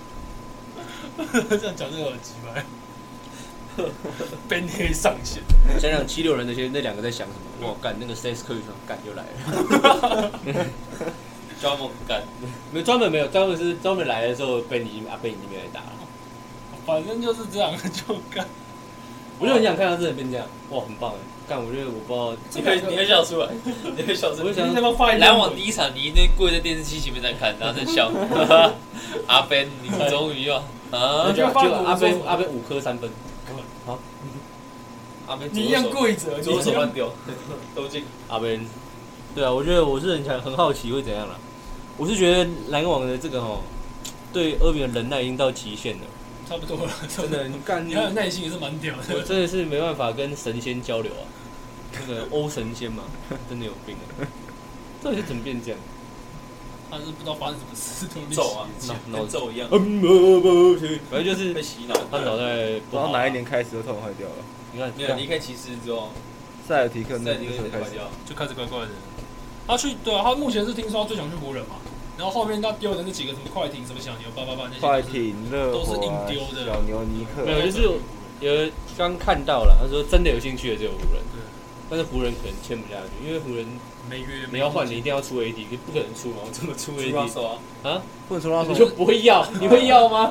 这样讲真的很奇怪。Ben 黑上线。 想想76人那两个在想什么？哇，干那个 Steph Curry 干又来了。 专门干， 没有专门来的时候，阿 Ben 已经没来打了。 反正就是这样，就干。 我就很想看到这人变这样，哇，很棒哎！干，我觉得我不知道， 你会笑出来，你会笑出来。 我想篮网第一场，你一定跪在电视机前面在看，然后在笑。阿 Ben， 你终于要啊！ 就阿 Ben 5颗3分，好， 阿 Ben 你一样跪着， 左手乱丢，都进。 阿 Ben， 对啊，我觉得我是很好奇会怎样啦。我是觉得篮网的这个对厄文的忍耐已经到极限了。 差不多了， 真的，你干， 你还有耐心也是蛮屌的。 我真的是没办法跟神仙交流啊，那个欧神仙嘛，真的有病啊！到底是怎么变这样？ 他是不知道发生什么事， 咒啊，跟咒一样。 反正就是被洗脑， 他脑袋不知道哪一年开始就突然坏掉了。 你看， 没有离开骑士之后， 塞尔提克那时候开始就开始怪怪的。他去，对啊，他目前是听说他最想去湖人嘛。然后后面他丢的那几个什么快艇、什么小牛、888那些， 快艇、热火、 都是硬丢的。 小牛、尼克， 没有，就是有刚看到了，他说真的有兴趣的只有湖人，但是湖人可能签不下去，因为湖人没约， 你要换你一定要出 AD，你不可能出嘛，我怎么出 AD 啊？ 不能出 Russell， 你就不会要，你会要吗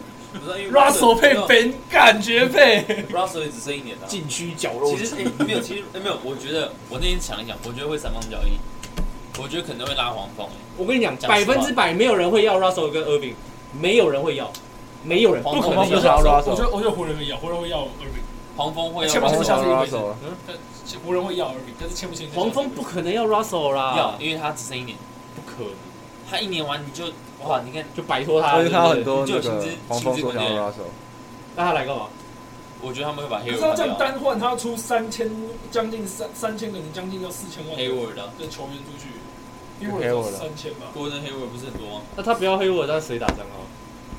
？Russell 配 Ben 感觉配 ，Russell 也只剩1年了， 禁区角落。 其实没有，我觉得我那天想一想，我觉得会三方交易。我觉得可能会拉黄蜂。 我跟你讲，100%没有人会要 Russell 跟 Irving， 没有人会要，没有人，不可能要 Russell。 我觉得湖人会要Irving， 黄蜂会要签不签下是一回事。湖人会要 Irving， 但是签不签？ 黄蜂不可能要 Russell 啦， 要，因为他只剩1年， 不可能。 他1年完你就哇，你看就摆脱他， 所以他很多那个黄蜂说想要 Russell， 那他来干嘛？ 我觉得他们会把 Hayward 可是他这样单换，他要出3000，将近3000个人，将近要4000万 Hayward 的球员出去。Hayward 3000吧。 Gordon Hayward 不是很多吗？ 那他不要 Hayward，那谁打3号？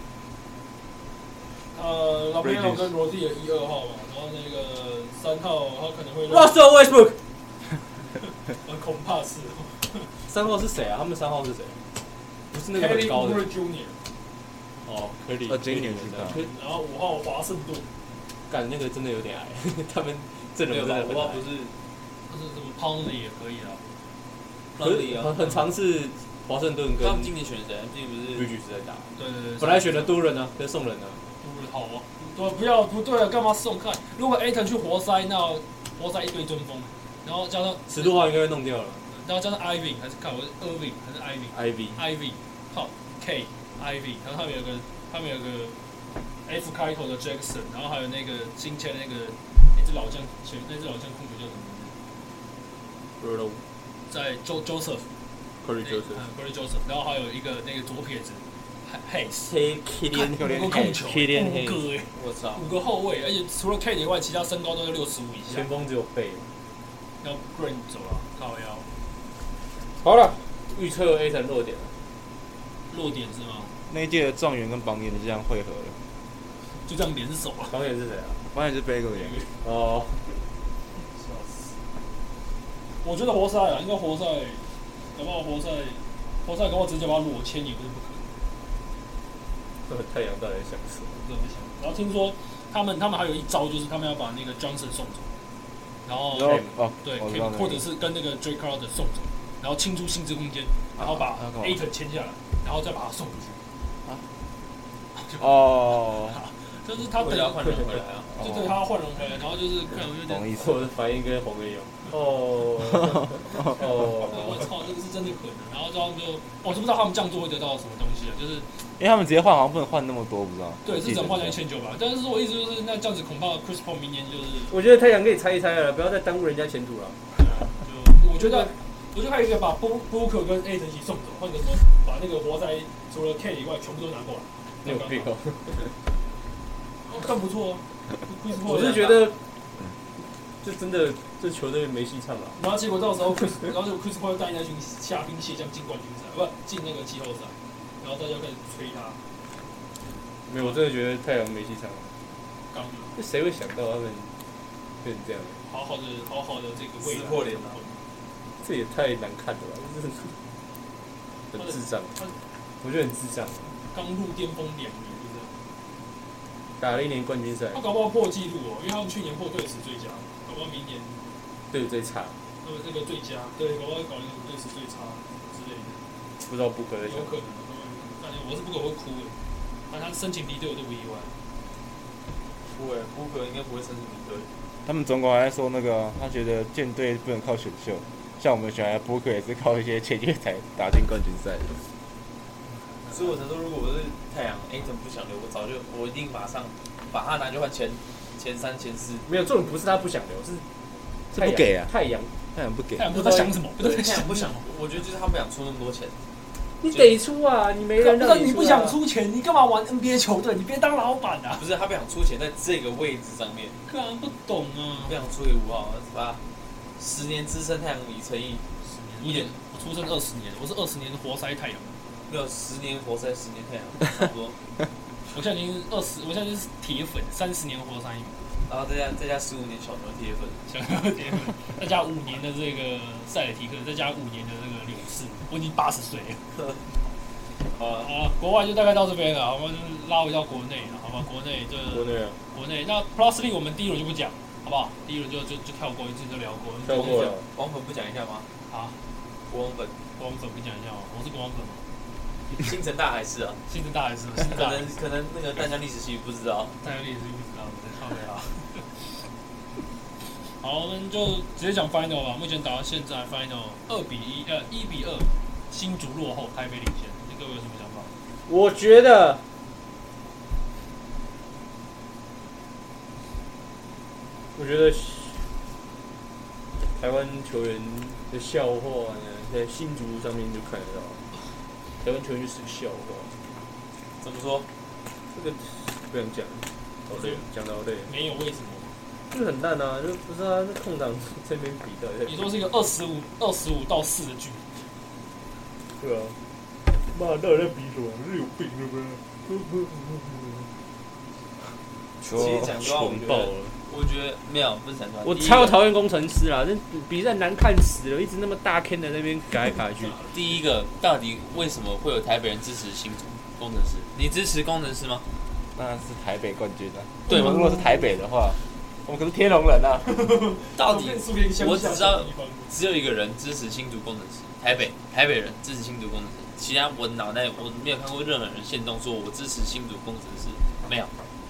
老朋友跟罗蒂的1、2号嘛，然后那个3号他可能会 Russell Westbrook， 恐怕是。 3号是谁啊？他们3号是谁？不是那个很高的。哦，可以。 今年是他。 然后5号华盛顿。 干那个真的有点矮，他们阵容真的很矮。 5号不是， 他是什么 Poundley 也可以啊。 很尝试华盛顿跟。 他们今年选谁？今年不是 Bridges 在打。 对。 本来选的都人啊，跟送人啊。 都人好啊。对，不对啊，干嘛送看？如果 Ayton 去活塞，那活塞一堆中锋，然后加上 10多号应该会弄掉了。 然后加上 Ivy 还是看我是 Irving 还是 Ivy， 好 K Ivy， 然后他们有个 F 开头的 Jackson， 然后还有那个新签那个那只老将控球叫什么名字？在 Joseph，Corey Joseph， 然后还有一个那个左撇子 Hayes， 控球5个哎， 我操 ，5个后卫，而且除了 K 以外，其他身高都是65以下。 前锋只有背。 要 Green 走了，靠腰。 好了， 预测 A 城弱点， 弱点是吗？ 那一届的状元跟榜眼就这样汇合了。 就这样联手了。 榜眼是谁啊？ 榜眼是 Bagel 哦， 我觉得活塞啊，应该活塞，搞不好活塞搞不好直接把他裸签也不是不可能。 太阳到底在想什么？ 真的不想。然后听说他们还有一招，就是他们要把那个 Johnson 送走，然后对，或者是跟那个 Drake Crowder 送走，然后清出薪资空间，然后把 Ayton 签下来，然后再把他送出去。 哦， 就是他等要换人回来啊， 就对他要换人回来，然后就是看我有点， 我的反应跟红一样。哦， 我操，这个是真的可能。然后这样就，我是不知道他们这样做会得到什么东西啊，就是因为他们直接换好像不能换那么多，不知道。 对，是只能换1900吧。但是我意思就是，那这样子恐怕 Chris Paul 明年就是， 我觉得太阳可以猜一猜了，不要再耽误人家前途了。 就我觉得还有一个把 Booker 跟 A 一起送走，或者说把那个活塞除了 K 以外全部都拿过来。 没有病哦， 算不错啊。 我是觉得，就真的这球队没戏唱了。 然后结果到时候 Chris Paul 带那群虾兵蟹将进冠军赛，不进那个季后赛，然后大家开始吹他。 没有，我真的觉得太阳没戏唱了。 刚这谁会想到他们变成这样？ 好好的这个未来撕破脸啊！ 这也太难看了吧，就是很智障。我觉得很智障。 刚入巅峰2年，就这样。 打了1年冠军赛。 他搞不好破纪录哦，因为他们去年破队史最佳，搞不好明年队最差。 这个最佳，对，搞不好搞一个队史最差之类的。 不知道不可能。 有可能，感觉我是不可能会哭诶，但他申请离队我都不意外。 不会，布克应该不会申请离队。 他们总管还在说那个，他觉得舰队不能靠选秀，像我们选来布克也是靠一些签约才打进冠军赛的。 所以我才说，如果我是太阳 ，Ayton 不想留，我一定马上把他拿去换前3、前4。 没有，这种不是他不想留，是不给啊。 太阳不知道在想什么， 太阳不想，我觉得就是他不想出那么多钱。 你得出啊，你没人让你不想出钱，你干嘛玩 NBA 球队？你别当老板啊！ 不是他不想出钱，在这个位置上面。 个人不懂啊， 不想出给5号，把10年资深太阳里乘以我出生20年，我是20年的活塞太阳。 没有10年活塞，10年太阳，差不多。 我现在已经我现在就是铁粉，30年活塞迷， 然后再加15年小牛铁粉， 再加5年的这个塞尔提克，再加5年的那个勇士，我已经80岁了。好，国外就大概到这边了，我们拉回到国内了，好吧？国内国内那 Plus League 我们第一轮就不讲，好不好？第一轮就跳过，之前就聊过。 跳过了。 王粉不讲一下吗？ 啊， 国王粉不讲一下吗？我是国王粉吗？ 星辰大海是啊， 星辰大海是， 可能那个淡江历史系不知道， 淡江历史系不知道，靠北啊。好，我们就直接讲 Final 吧。目前打到现在 Final 1-2，新竹落后，台北领先。你各位有什么想法？ 我觉得，台湾球员的笑话呢，在新竹上面就看得到。台湾球员就是个笑话。 怎么说？ 这个不想讲，好累，讲得好累。 没有为什么？ 就很烂啊，就不是啊，那空档这边比的。 你说是一个25到4的距离。 对啊。妈，到底在比什么？是有病是不是？ 其实讲实话，我觉得没有，不是讲实话。 我超讨厌工程师啦，这比赛难看死了，一直那么大坑的那边改来改去。 第一个，到底为什么会有台北人支持新竹工程师？你支持工程师吗？ 那是台北冠军啊， 对吗？ 如果是台北的话，我们可是天龙人啊。 到底我只知道只有一个人支持新竹工程师，台北人支持新竹工程师，其他我脑袋我没有看过任何人限动说我支持新竹工程师，没有，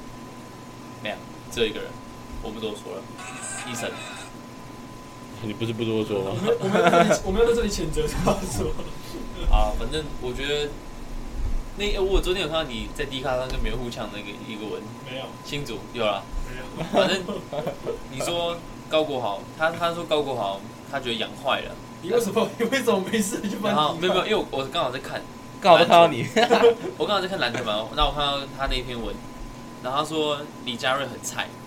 只有一个人，我不多说了，医生。 你不是不多说吗？ 我们要在这里谴责他说。 啊，反正我觉得。我昨天有看到你在 D 卡上跟别人互呛那个一个文， 没有， 新竹有啦， 没有， 反正你说高国豪，他说高国豪他觉得养坏了， 你为什么没事就翻？ 然后没有，因为我刚好在看， 刚好看到你， 我刚好在看篮球嘛，那我看到他那篇文，然后他说李佳瑞很菜，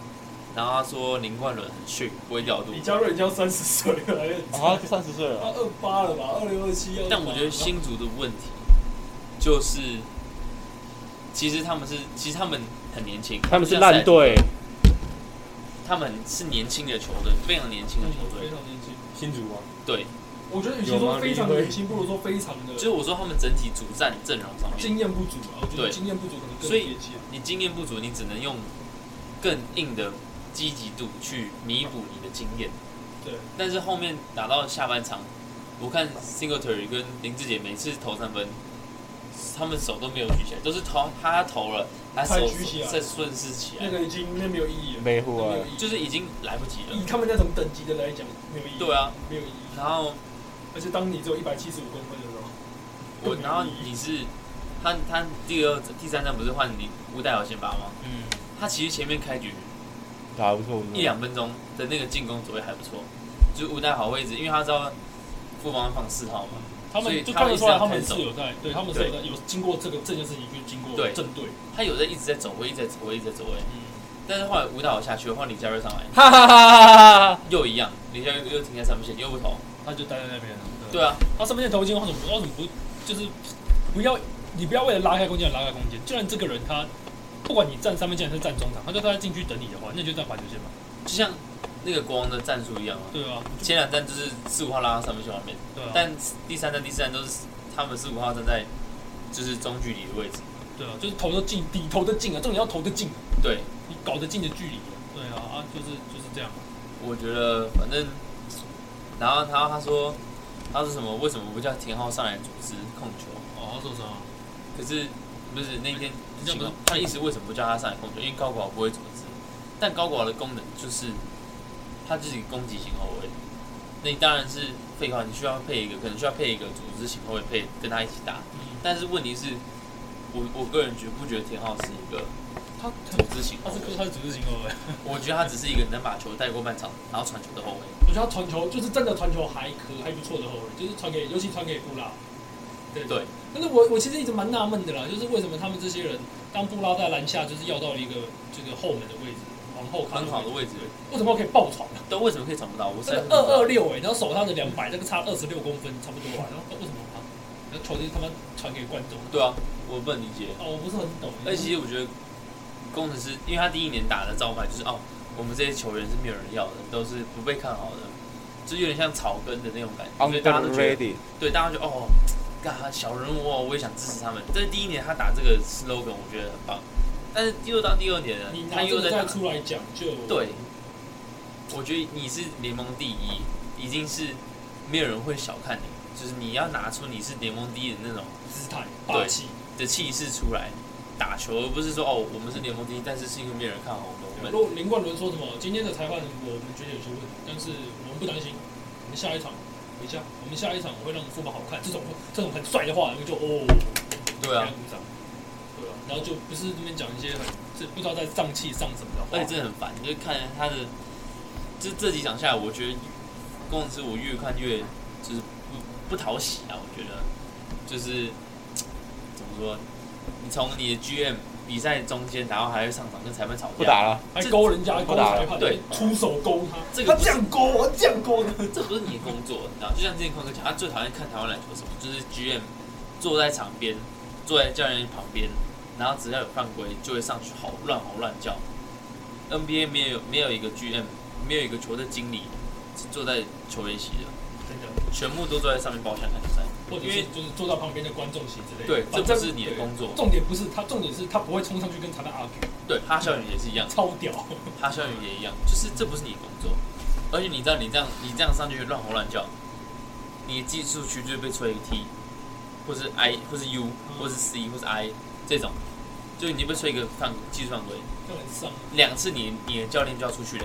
然后他说林冠伦很逊，不会调度。 李佳瑞已经要30岁了， 他30岁了， 他28了吧，26、27。 但我觉得新竹的问题就是，其实他们很年轻， 他们是烂队， 他们是年轻的球队，非常年轻的球队， 非常年轻。 新竹啊， 对。 我觉得与其说非常年轻，不如说非常的。 就是我说他们整体主战阵容上面经验不足啊，我觉得经验不足可能更所以你经验不足，你只能用更硬的积极度去弥补你的经验。 对。 但是后面打到下半场，我看 Singletary 跟林志杰每次投3分，他们手都没有举起来，都是他投了，他手再顺势起来。 那个已经没有意义了。 没乎啊， 就是已经来不及了。 以他们那种等级的来讲，没有意义。 对啊， 没有意义。 然后。 而且当你只有175公分的时候， 然后你是他第3站不是换你吴代豪先发吗？他其实前面开局打不错 ，1-2分钟的那个进攻走位还不错，就是吴代豪位置，因为他知道富邦放4号嘛， 他们就看得出来他们是有在，对他们是有经过这件事情去经过正对， 他有一直在走位，一直在走位。但是后来吴代豪下去，换李佳瑞上来， 哈哈哈哈又一样，李佳瑞又停在3分线，又不投。 他就待在那边了。 对啊， 他3分线投进，为什么不就是不要你不要为了拉开空间而拉开空间？既然这个人他不管你站3分线还是站中场，他就在禁区等你的话，那就站罚球线嘛。 就像那个国王的战术一样啊。 对啊， 前2站就是4、5号拉到3分线外面， 对啊。 但第3站、第4站都是他们4、5号站在就是中距离的位置。 对啊，就是投得近，底投得近啊，重点要投得近。 对， 你搞得近的距离。对啊，就是这样。 我觉得反正。然后他说什么？为什么不叫田浩上来组织控球？ 哦，他说什么？ 可是不是那天情况，他的意思为什么不叫他上来控球？因为高国豪不会组织，但高国豪的功能就是他就是一个攻击型后卫。那你当然是废话，你需要配一个，可能需要配一个组织型后卫配跟他一起打。但是问题是，我个人不觉得田浩是一个他组织型，他是组织型后卫。 我觉得他只是一个能把球带过半场，然后传球的后卫。 我觉得他传球就是真的传球还不错的后卫，就是尤其传给布拉。对。但是我其实一直蛮纳闷的啦，就是为什么他们这些人当布拉在篮下就是要到了一个这个后门的位置，往后看很好的位置， 为什么可以爆传啊？ 对，为什么可以传不到？我这个226然后手上的200，这个差26公分差不多啊，然后为什么那球就他妈传给观众？ 对啊，我不能理解。 我不是很懂。 而且其实我觉得。工程师，因为他第1年打的招牌就是我们这些球员是没有人要的，都是不被看好的，就有点像草根的那种感觉，所以大家都觉得，对，大家就小人物我也想支持他们。这第1年他打这个 slogan， 我觉得很棒。但是又到第2年了，他又在出来讲就对，我觉得你是联盟第1，已经是没有人会小看你，就是你要拿出你是联盟第1的那种姿态、霸气的气势出来。打球，而不是说我们是联盟第1，但是是因为没有人看好我们。 如果林冠伦说什么今天的裁判我们觉得有些问题，但是我们不担心，我们下一场回家，我们下一场我会让富邦好看。这种很帅的话，就对啊， 对啊，然后就不是那边讲一些不知道在上气上什么的话， 而且真的很烦，就看他的，这几场下来，我觉得工程师我越看越就是不讨喜啊，我觉得就是怎么说？你从你的 GM 比赛中间，然后还会上场跟裁判吵架， 不打了， 还勾人家，勾裁判， 对， 出手勾他， 他这样勾，我这样勾的， 这不是你的工作，你知道？就像之前坤哥讲，他最讨厌看台湾篮球什么，就是 GM 坐在场边，坐在教练旁边，然后只要有犯规就会上去吼乱叫。NBA 没有一个 GM， 没有一个球队经理是坐在球员席的。全部都坐在上面包厢看比赛， 或者是就是坐到旁边的观众席之类的。 对，这不是你的工作。 重点是他不会冲上去跟裁判 argue。 对，哈校园也是一样， 超屌。 哈校园也一样，就是这不是你的工作。而且你知道，你这样上去乱吼乱叫，你的技术区就会被吹一个 T， 或是 I， 或是 U， 或是 C， 或是 I 这种，就已经被吹一个技术犯规。2次你的教练就要出去了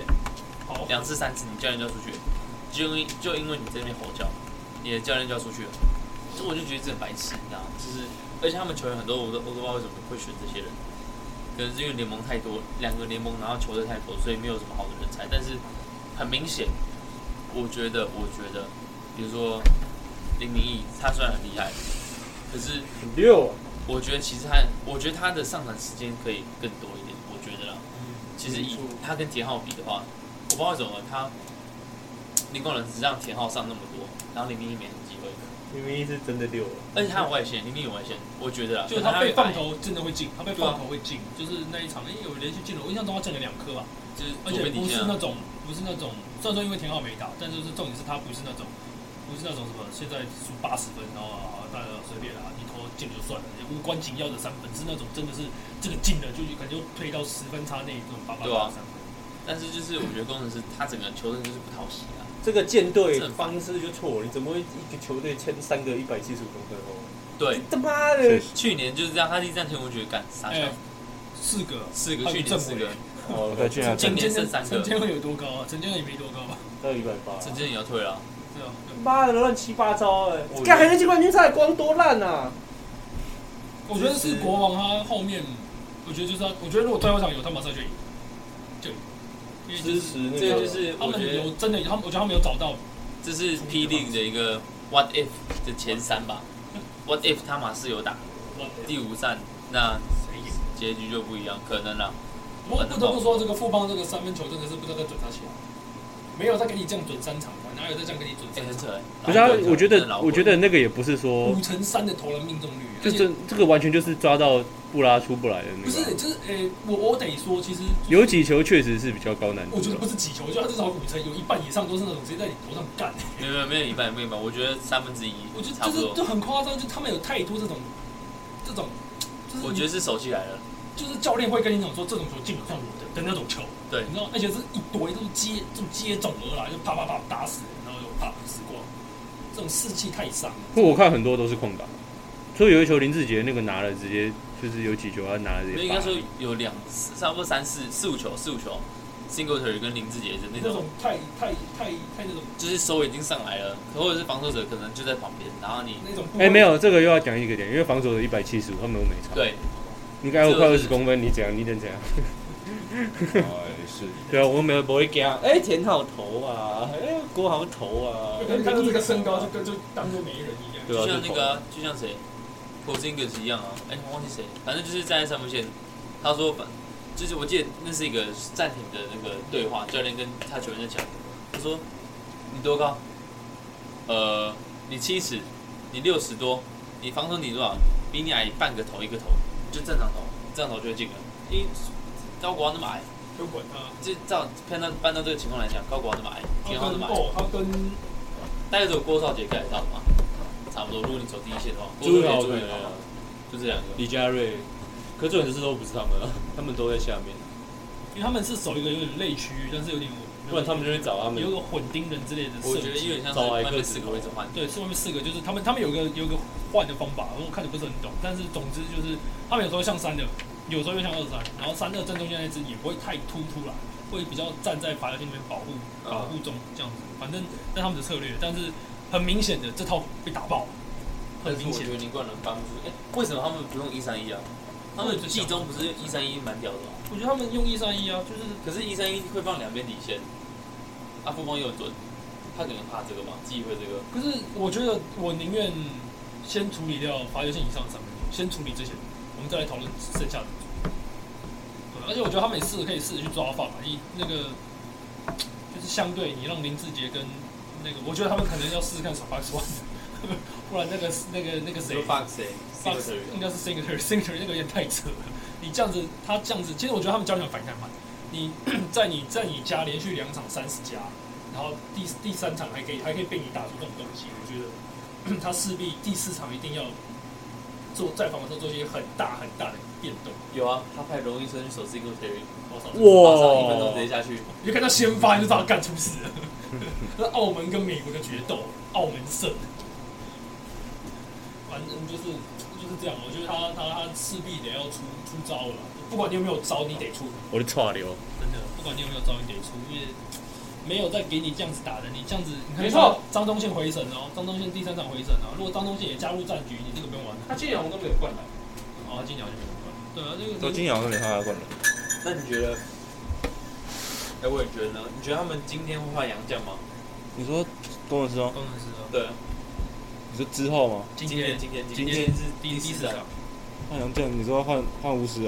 ，2次3次你教练就要出去了。就因为你在那边吼叫，你的教练就要出去了，所以我就觉得这很白痴，你知道吗？就是，而且他们球员很多，我都不知道为什么会选这些人，可能是因为联盟太多，2个联盟，然后球队太多，所以没有什么好的人才。但是很明显，我觉得，比如说林明义，他虽然很厉害，可是很溜。 我觉得他的上场时间可以更多一点，我觉得啦。其其实以他跟田浩比的话，我不知道为什么他林光人只让田浩上那么多，然后001没什么机会。 001是真的溜了， 而且他有外线，001有外线，我觉得啊， 就是他被放投真的会进，他被放投会进，就是那一场有连续进了，我印象中他进了2颗吧， 就是而且不是那种，虽然说因为田浩没打，但就是重点是他不是那种什么现在输80分，然后大家随便啦，你投进就算了，无关紧要的3分，是那种真的是这个进的就可能就推到10分差内这种8-8的3分。 但是就是我觉得工程师他整个球队就是不讨喜啊。 这个舰队方式就错了，你怎么会一个球队签3个175公分哦？ 对， 他妈的， 去年就是这样，他第一站前我觉得干傻笑 ，4个， 去年4个， 对， 今年剩3个。 陈建伟有多高啊？陈建伟也没多高吧？ 到180。 陈建也要退了。 是啊。 妈的，乱七八糟哎！干还能进冠军赛，光多烂啊！ 我觉得是国王他后面，我觉得就是他，我觉得如果最后一场有他马上就赢，就赢。 支持那个， 这就是他们有真的，我觉得他们有找到， 这是 P League 的一个 What If 的前3吧。What If 他马是有打第5战，那结局就不一样，可能啦。 不得不说，这个富邦这个3分球真的是不知道在准他起来，没有再给你这样准3场的，哪有再这样给你准3场？ 不是啊，我觉得那个也不是说 5成3的投篮命中率， 就这个完全就是抓到布拉出不来的那个。 不是，就是我得说，其实有几球确实是比较高难度。 我觉得不是几球，我觉得他至少5成，有1半以上都是那种直接在你头上干。 没有1半，我觉得1/3， 我觉得就很夸张，就他们有太多这种，就是我觉得是手气来了。 就是教练会跟你讲说，这种球进不算我的那种球， 对， 你知道，而且是一堆都是接踵而来，就啪啪啪打死人，然后就啪死光，这种士气太伤了。 不过我看很多都是空打，所以有一球林志杰那个拿了，直接就是有几球他拿了直接。 应该说有差不多4、5球，Singletary 跟林志杰的那种太那种， 就是手已经上来了，或者是防守者可能就在旁边，然后你那种没有这个又要讲一个点，因为防守的175，他们都没差。 对。 应该有快20公分，你怎样？你能怎样？是。对啊，我们不会惊。 田浩投啊，国豪投啊。 看到这个身高就当做没人一样。 就像那个，就像谁 ，Porzingis 一样啊。我忘记谁，反正就是站在3分线。他说，就是我记得那是一个暂停的那个对话，教练跟他球员在讲。他说：“你多高？你7尺，你60多，你防守你多少？比你矮半个头一个头。”就正常投就会进了。因为高国豪那么矮， 就管他。 就照搬到这个情况来讲，高国豪那么矮，田浩那么矮， 他跟大概只有郭少杰盖得到嘛，差不多。如果你走第一线的话， 朱宇豪就这2个。 李佳瑞，可重点是都不是他们啊，他们都在下面。 因为他们是守一个有点类区域，但是有点， 不然他们就会找他们有个混丁人之类的设计。 我觉得有点像是外面4个位置换。 对，是外面4个，就是他们有一个换的方法，我看的不是很懂，但是总之就是他们有时候像3的，有时候又像2-3，然后3的正中间那只也不会太突出来，会比较站在罚球线那边保护中这样子。反正那他们的策略，但是很明显的这套被打爆，很明显。 我觉得林冠伦搬不出，为什么他们不用131啊？他们季中不是131蛮屌的吗？ 我觉得他们用131啊，就是可是131会放2边底线，富邦又准，他可能怕这个嘛，忌讳这个。 可是我觉得我宁愿先处理掉罚球线以上的3分球，先处理这些，我们再来讨论剩下的。对，而且我觉得他们也可以试着去抓放啊，那个就是相对你让林志杰跟那个，我觉得他们可能要试试看小Fox One，不然那个谁 ，Fox 应该是 Singletary 那个有点太扯了。你这样子，他这样子，其实我觉得他们教练反应太慢。你在你家连续2场30加，然后第3场还可以被你打出这种东西，我觉得他势必第4场一定要在防守上做一些很大的变动。 有啊，他派龙医生去守 Singletary， 哇 ，1分钟直接下去， 你就看他先发，你就知道他干出事了。那澳门跟美国的决斗，澳门胜。反正就是这样，我觉得他势必得要出招了，不管你有没有招，你得出。 我的串流， 真的，不管你有没有招，你得出，因为没有再给你这样子打的，你这样子，你看没错， 张宗宪回神哦，张宗宪第3场回神啊，如果张宗宪也加入战局，你这个不用玩。他今年好像都没有灌篮，他今年好像没有灌。对啊，这个都今年好像没看他灌篮。 那你觉得？我也觉得呢。你觉得他们今天会换洋将吗？ 你说工程师吗？ 工程师啊。 对。 你说之后吗？ 今天是第4场。 换洋将，你说换巫师哦？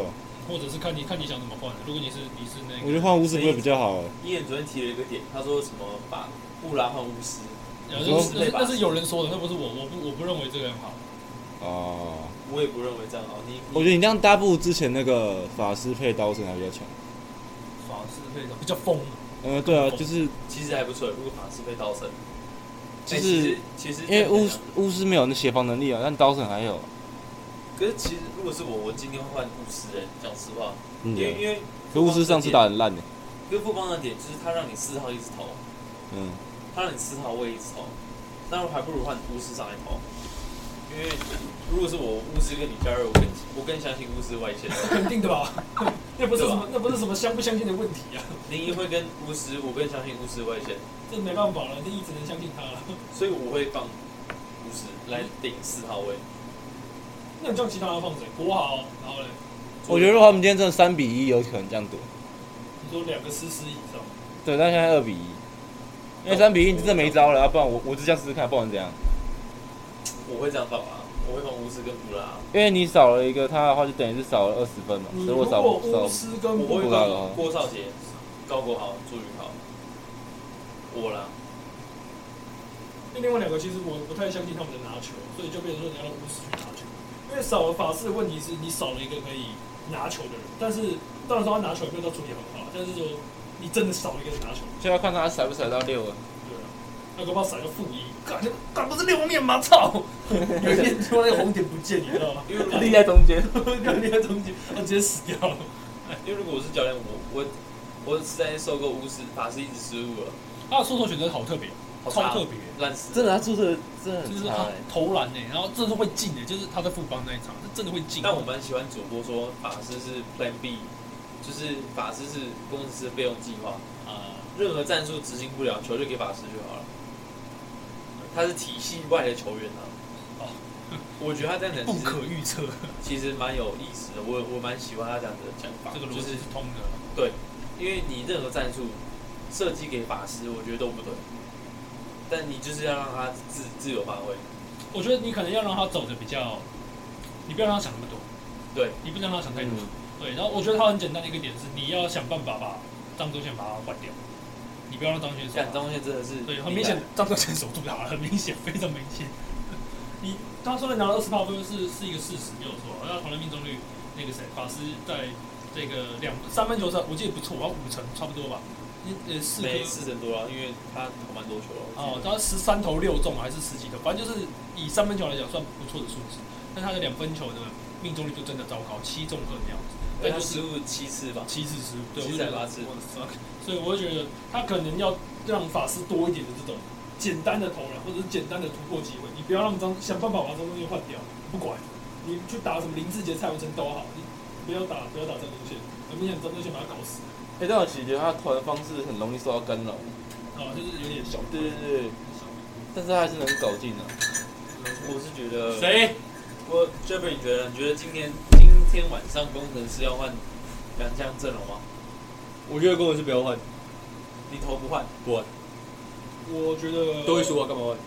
或者是看你想怎么换。如果你是那个， 我觉得换巫师不会比较好。 伊人昨天提了一个点，他说什么把布拉换巫师， 那是有人说的，那不是我不认为这个很好。 哦， 我也不认为这样好。 我觉得你这样搭不如之前那个法师配刀神还比较强。 法师配刀比较疯。 对啊，就是其实还不错。如果法师配刀神， 就是其实因为巫师没有那协防能力啊，但刀神还有。 可是其实如果是我今天会换巫师讲实话，因为可巫师上次打很烂因为富邦的点就是他让你4号一直投，他让你4号位一直投，那我还不如换巫师上来投。因为如果是我巫师跟你加入，我更相信巫师外线。 肯定的吧？那不是什么相不相信的问题啊。 林一会跟巫师，我更相信巫师外线。 这没办法了，林一只能相信他了。 所以我会放巫师来顶4号位。 那你叫其他人放谁？国豪，然后嘞？ 我觉得如果他们今天真的3-1，有可能这样赌。 你说2个诗以上？ 对，但现在2-1，因为3-1你真的没招了，不然我就这样试试看，不然怎样？ 我会这样放啊，我会放巫师跟布拉。 因为你少了一个他的话，就等于是少了20分嘛。 如果巫师跟布拉的话，郭少杰、高国豪、朱宇豪，我啦。 另外2个其实我不太相信他们的拿球，所以就变成说你要让巫师去拿球。因为少了法师的问题是你少了一个可以拿球的人，但是当然说他拿球也没有到处理很好，但是说你真的少了一个人拿球， 就要看他甩不甩到6了。 对啊，那搞不好甩到-1，干不是6面吗？操！有一天突然那个红点不见，你知道吗？ 因为立在中间， 立在中间，他直接死掉了。 因为如果我是教练，我实在受够巫师法师一直失误了。 他的出手选择好特别。超特别， 烂死！ 真的，他出的真的很就是他投篮然后真的会进就是他在富邦那一场，是真的会进。 但我蛮喜欢主播说法师是 Plan B， 就是法师是工程师的备用计划任何战术执行不了，球就给法师就好了。他是体系外的球员我觉得他这样讲不可预测， 其实蛮有意思的。我蛮喜欢他这样子的讲法， 这个逻辑是通的。 对，因为你任何战术设计给法师，我觉得都不对。但你就是要让他自由发挥。 我觉得你可能要让他走的比较，你不要让他想那么多。 对， 你不能让他想太多。对，然后我觉得他很简单的一个点是，你要想办法把张宗宪把他换掉，你不要让张宗宪守。 张宗宪真的是对，很明显张宗宪守住他了，很明显，非常明显。他虽然拿了28分是一个事实，没有错。他投篮命中率那个谁法师在这个3分球上我记得不错，好像5成差不多吧。4 成多了，因为他投蛮多球了。 他13投6中还是10几投，反正就是以3分球来讲算不错的数字。但他的2分球的命中率就真的糟糕，7中2那样子。 但他失误7次吧 ，7次失误，对 ，7才8次。 所以我会觉得他可能要让法师多一点的这种简单的投篮或者是简单的突破机会，你不要让想办法把张宗宪换掉，不管你去打什么林志杰、蔡文成都好，你不要打张宗宪，很明显张宗宪把他搞死。 但我其实觉得他投篮方式很容易受到干扰。 就是有点小。 对。但是他还是能搞进的。 我是觉得。 谁？ Jeffrey， 你觉得今天晚上工程师要换2项阵容吗？ 我觉得工程师不要换。 你投不换？ 不换。 我觉得。 都会输啊，干嘛换？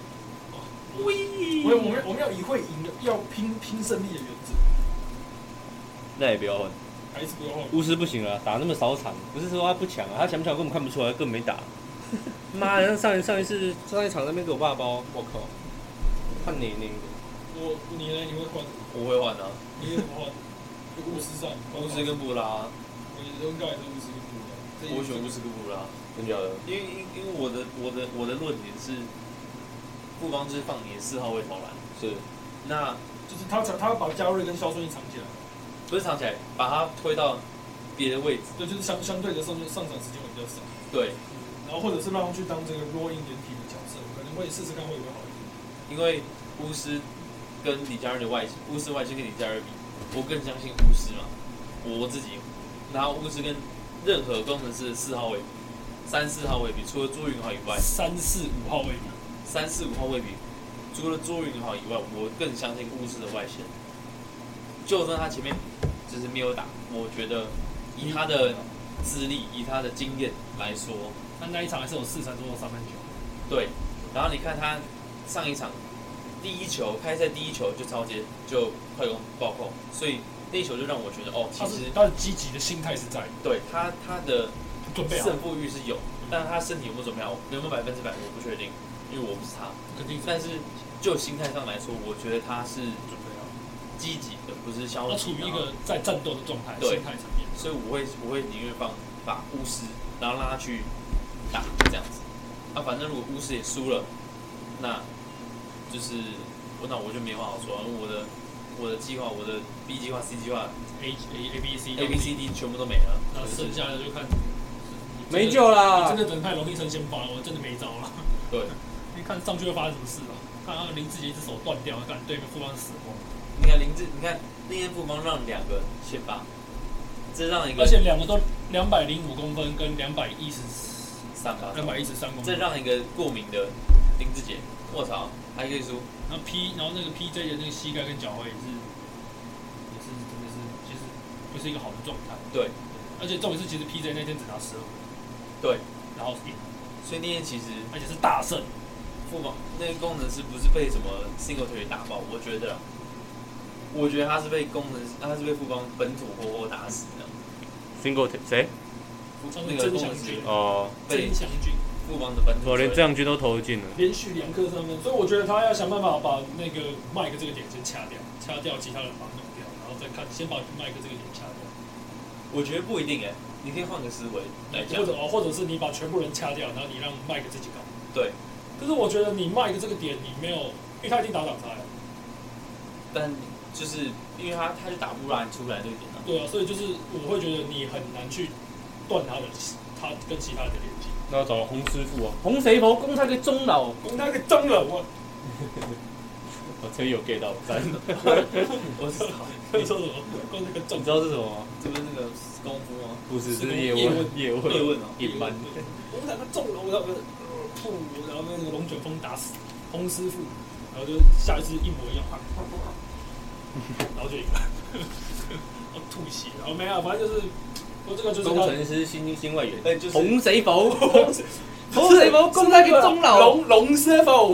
我们要以会赢的，要拼胜利的原则。 那也不要换。 还是不要换。 巫师不行了，打那么少场，不是说他不强啊，他强不强根本看不出来，根本没打。妈的，上一场那边给我爸包，我靠，换你。 你呢？你会换？ 我会换啊。 你会怎么换？就巫师上。 巫师跟布拉。 我应该也是巫师跟布拉。 我选巫师跟布拉。 真假的？ 因为我的论点是，富邦就是放你的4号位投篮。 是。 那就是他把嘉瑞跟肖顺义藏起来。 不是藏起来，把他推到别的位置。 对，就是相对的上场时间会比较少。 对。 然后或者是让他去当这个 rolling 连体的角色，可能会试试看会不会好一点。 因为巫师跟李佳瑞的巫师外线跟李佳瑞比，我更相信巫师嘛，我自己。然后巫师跟任何工程师的4号位比，3、4号位比，除了朱云豪以外 ，3、4、5号位比 ，3、4、5号位比，除了朱云豪以外，我更相信巫师的外线。就算他前面就是没有打，我觉得以他的资历、以他的经验来说， 他那一场还是有4成多的3分球。 对，然后你看他上一场开赛第一球就超接就快攻暴扣，所以那一球就让我觉得哦，其实他的积极的心态是在， 对他的准备好， 胜负欲是有，但是他身体有没有准备好，有没有100%我不确定，因为我不是他， 肯定是。 但是就心态上来说，我觉得他是准备好， 积极的，不是消极。 他处于一个在战斗的状态，心态层面。 所以我会宁愿把巫师，然后让他去打这样子。啊，反正如果巫师也输了，那就是那我就没话好说了。我的计划，我的 B 计划、C 计划、 A B C D 全部都没了， 那剩下的就看没救啦！ 你真的只能派龙一生先发，我真的没招了。 对， 你看上去会发生什么事啊？看林志杰一只手断掉，看对面富邦死光。 你看你看那天富邦让2个先发，这让一个， 而且2个都205公分跟213公分， 这让一个过敏的林志杰，我操，还可以输。 然后那个 PJ 的那个膝盖跟脚踝也是真的是，其实不是一个好的状态。 对， 而且重点是，其实 PJ 那天只拿12分， 对， 然后赢， 所以那天其实而且是大胜。 富邦那个工程师不是被什么 single 腿打爆，我觉得他是被富邦本土活打死的。 single 谁？ 那个工程师哦， 曾祥军。 富邦的本土， 连这样军都投进了， 连续2颗3分，所以我觉得他要想办法把那个麦克这个点先掐掉其他人把它弄掉，然后再先把麦克这个点掐掉。 我觉得不一定你可以换个思维来讲， 或者是你把全部人掐掉，然后你让麦克自己搞。 对。 可是我觉得你麦克这个点你没有，因为他已经打挡拆了。 但就是因为他就打不让你出来这个点对啊，所以就是我会觉得你很难去断他跟其他人的联系。 那要找洪师傅啊，洪谁佛攻他个中老， 攻他个中老啊！ 我真有 get 到，赞！ 我知道你说什么？攻那个中， 你知道是什么吗？ 这不是那个功夫吗？ 不是，是叶问啊，一般。 攻他个中老，然后被那个龙卷风打死，洪师傅，然后就下一次一模一样，然后就赢了，吐血，然后没有，反正就是。这个就是工程师心外援， 就是洪谁佛，洪谁佛攻他个中老， 龙师傅，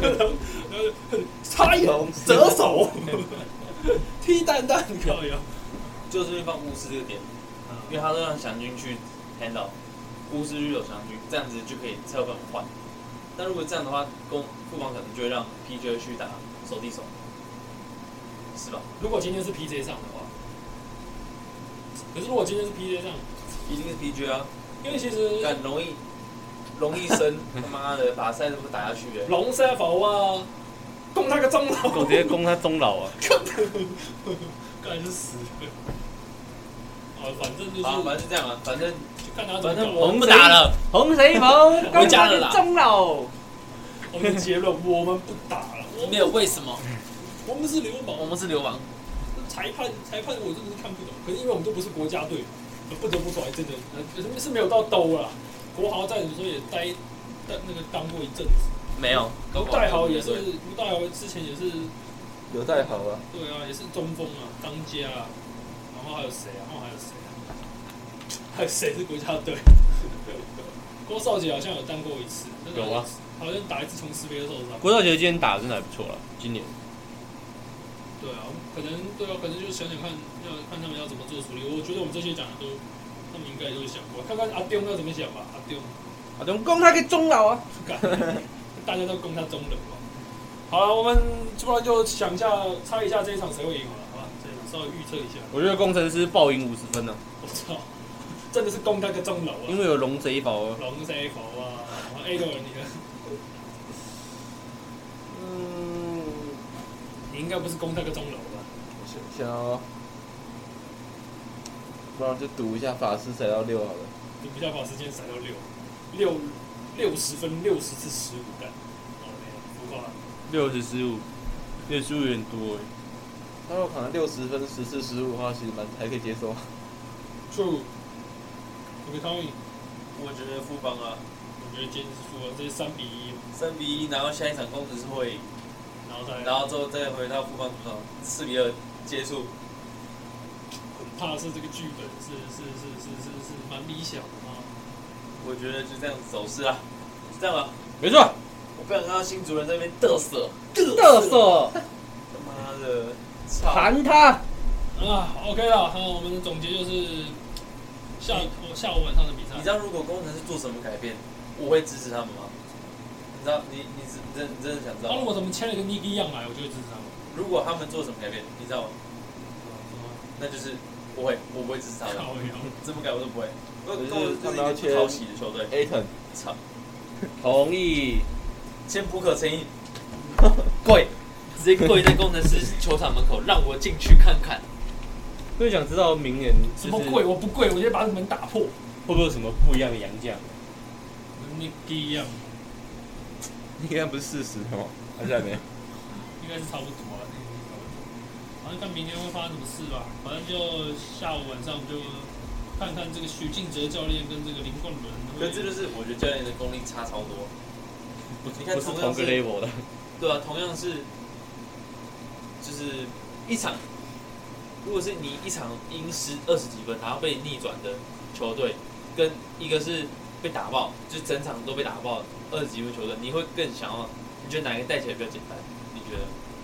插眼折手，踢蛋蛋，靠呀！ 就是放巫师这个点，因为他都让祥军去 handle， 巫师去有祥军，这样子就可以才有办法换。但如果这样的话，富邦可能就会让 PJ 去打手递手，是吧？ 如果今天是 PJ 上的话。可是如果今天是 PJ 上， 一定是 PJ 啊， 因为其实干容易生，他妈的把赛都打下去耶。 龙师傅啊，攻他个中老， 我直接攻他中老啊， 干是死的。反正就是， 反正就这样啊，反正看他怎么搞。 我们不打了， 洪谁佛攻他个中老。 我们的结论，我们不打了。 没有为什么？ 我们是流氓。 我们是流氓。 裁判我真的是看不懂，可是因为我们都不是国家队，不得不说，真的是没有到兜了。国豪在的时候也当过一阵子， 没有。 吴代豪也是，吴代豪之前也是有代豪啊， 对啊，也是中锋啊，当家啊，然后还有谁啊？还有谁是国家队？郭少杰好像有当过一次， 有啊， 好像打一次琼斯杯的受伤。 郭少杰今天打的真的还不错了，今年。 对啊，可能就是想想看，要看他们要怎么做处理。我觉得我们这些讲的都，他们应该都会想过，看看阿丢要怎么想吧。阿丢攻他个中老啊！ 大家都攻他中人嘛。好了，我们不然就想一下，猜一下这一场谁会赢好了，好吧？这一场稍微预测一下。 我觉得工程师爆赢50分呢。 我操，真的是攻他个中老啊！ 因为有龙贼宝啊。 龙贼宝啊，然后 A 个人你呢？你应该不是攻那个钟楼吧？ 我想一下哦，不然就赌一下法师踩到6好了。 赌一下法师今天踩到60分，60次15干。哦，没有，浮夸。 60、15，有点多哎。他如果可能60分10次15的话，其实还可以接受。 True。你同意？ 我觉得富邦啊， 我觉得今天是富邦，这是 3-1，然后下一场工程师会赢。然后之后再回到富邦主场4-2接触， 很怕是这个剧本是蛮理想的吗？ 我觉得就这样子走势啊，就这样吧。 没错。 我不想看到新主人在那边嘚瑟， 他妈的， 操！ 盘他！ OK 了，我们的总结就是下午晚上的比赛。 你知道如果工程师做什么改变，我会支持他们吗？你知道你真的想知道？ 如果怎么签了一个 Nicky Young 来，我就会支持他们。 如果他们做什么改变，你知道吗？那就是我不会支持他们。怎么改我都不会。 他们要签讨喜的球队。 Ayton， 操， 同意。 签不可乘以跪，直接跪在工程师球场门口，让我进去看看。 我就想知道明年什么跪？我不跪，我直接把门打破。 会不会有什么不一样的洋将 ？Nicky Young， 应该不是40吗？还是还没？ 应该是差不多了。反正看明年会发生什么事吧。反正就下午晚上就看看这个许晋哲教练跟这个林冠伦。 可这就是我觉得教练的功力差超多。你看， 不是同个 level 的。 对啊，同样是，就是一场，如果是你一场赢20几分，然后被逆转的球队，跟一个是被打爆，就整场都被打爆20几分球队，你会更想要？你觉得哪一个带起来比较简单？你觉得？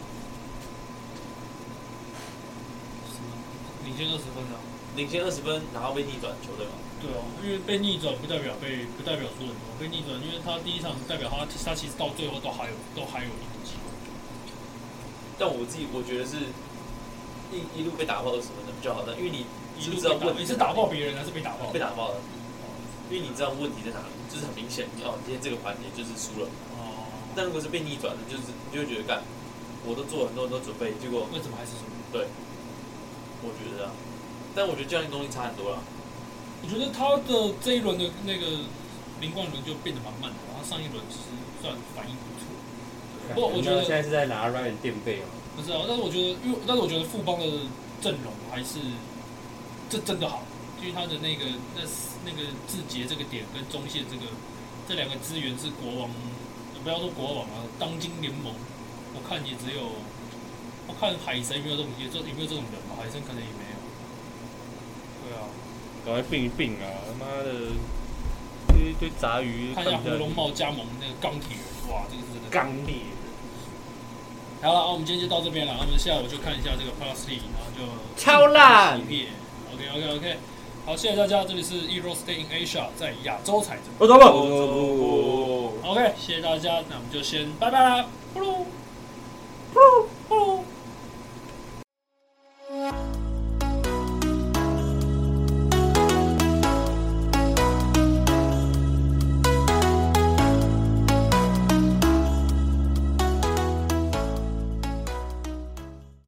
领先20分啊！ 领先20分，然后被逆转球队吗？ 对啊，因为被逆转不代表输很多，被逆转，因为他第一场代表他其实到最后都还有赢的机会。 但我觉得是一路被打爆20分的比较好的，因为你知道问题。 你是打爆别人还是被打爆？ 被打爆了，因为你知道问题在哪里，就是很明显，今天这个环节就是输了。哦。但如果是被逆转的，就是你就会觉得干，我都做了很多准备，结果为什么还是输？ 对，我觉得啊，但我觉得教练功力差很多了。 我觉得他的这一轮的那个林冠伦就变得蛮慢的，他上一轮其实算反应不错。不过我觉得现在是在拿 Ryan 垫背嘛。 不是啊，但是我觉得富邦的阵容还是这真的好，因为他的那个志杰这个点跟中线这两个资源是国王，不要说国王啊，当今联盟我看也只有，我看海神有没有这种人嘛？海神可能也没有。对啊。 赶快并一并啊！他妈的，一堆杂鱼。 看一下胡龙茂加盟那个钢铁人，哇，这个是真的刚烈。 好了，我们今天就到这边了。我们下午就看一下这个 Plus League， 然后就超烂。 OK， 好，谢谢大家，这里是 Euro Stay in Asia， 在亚洲踩着。 我走吧。OK， 谢谢大家，那我们就先拜拜啦，呼噜。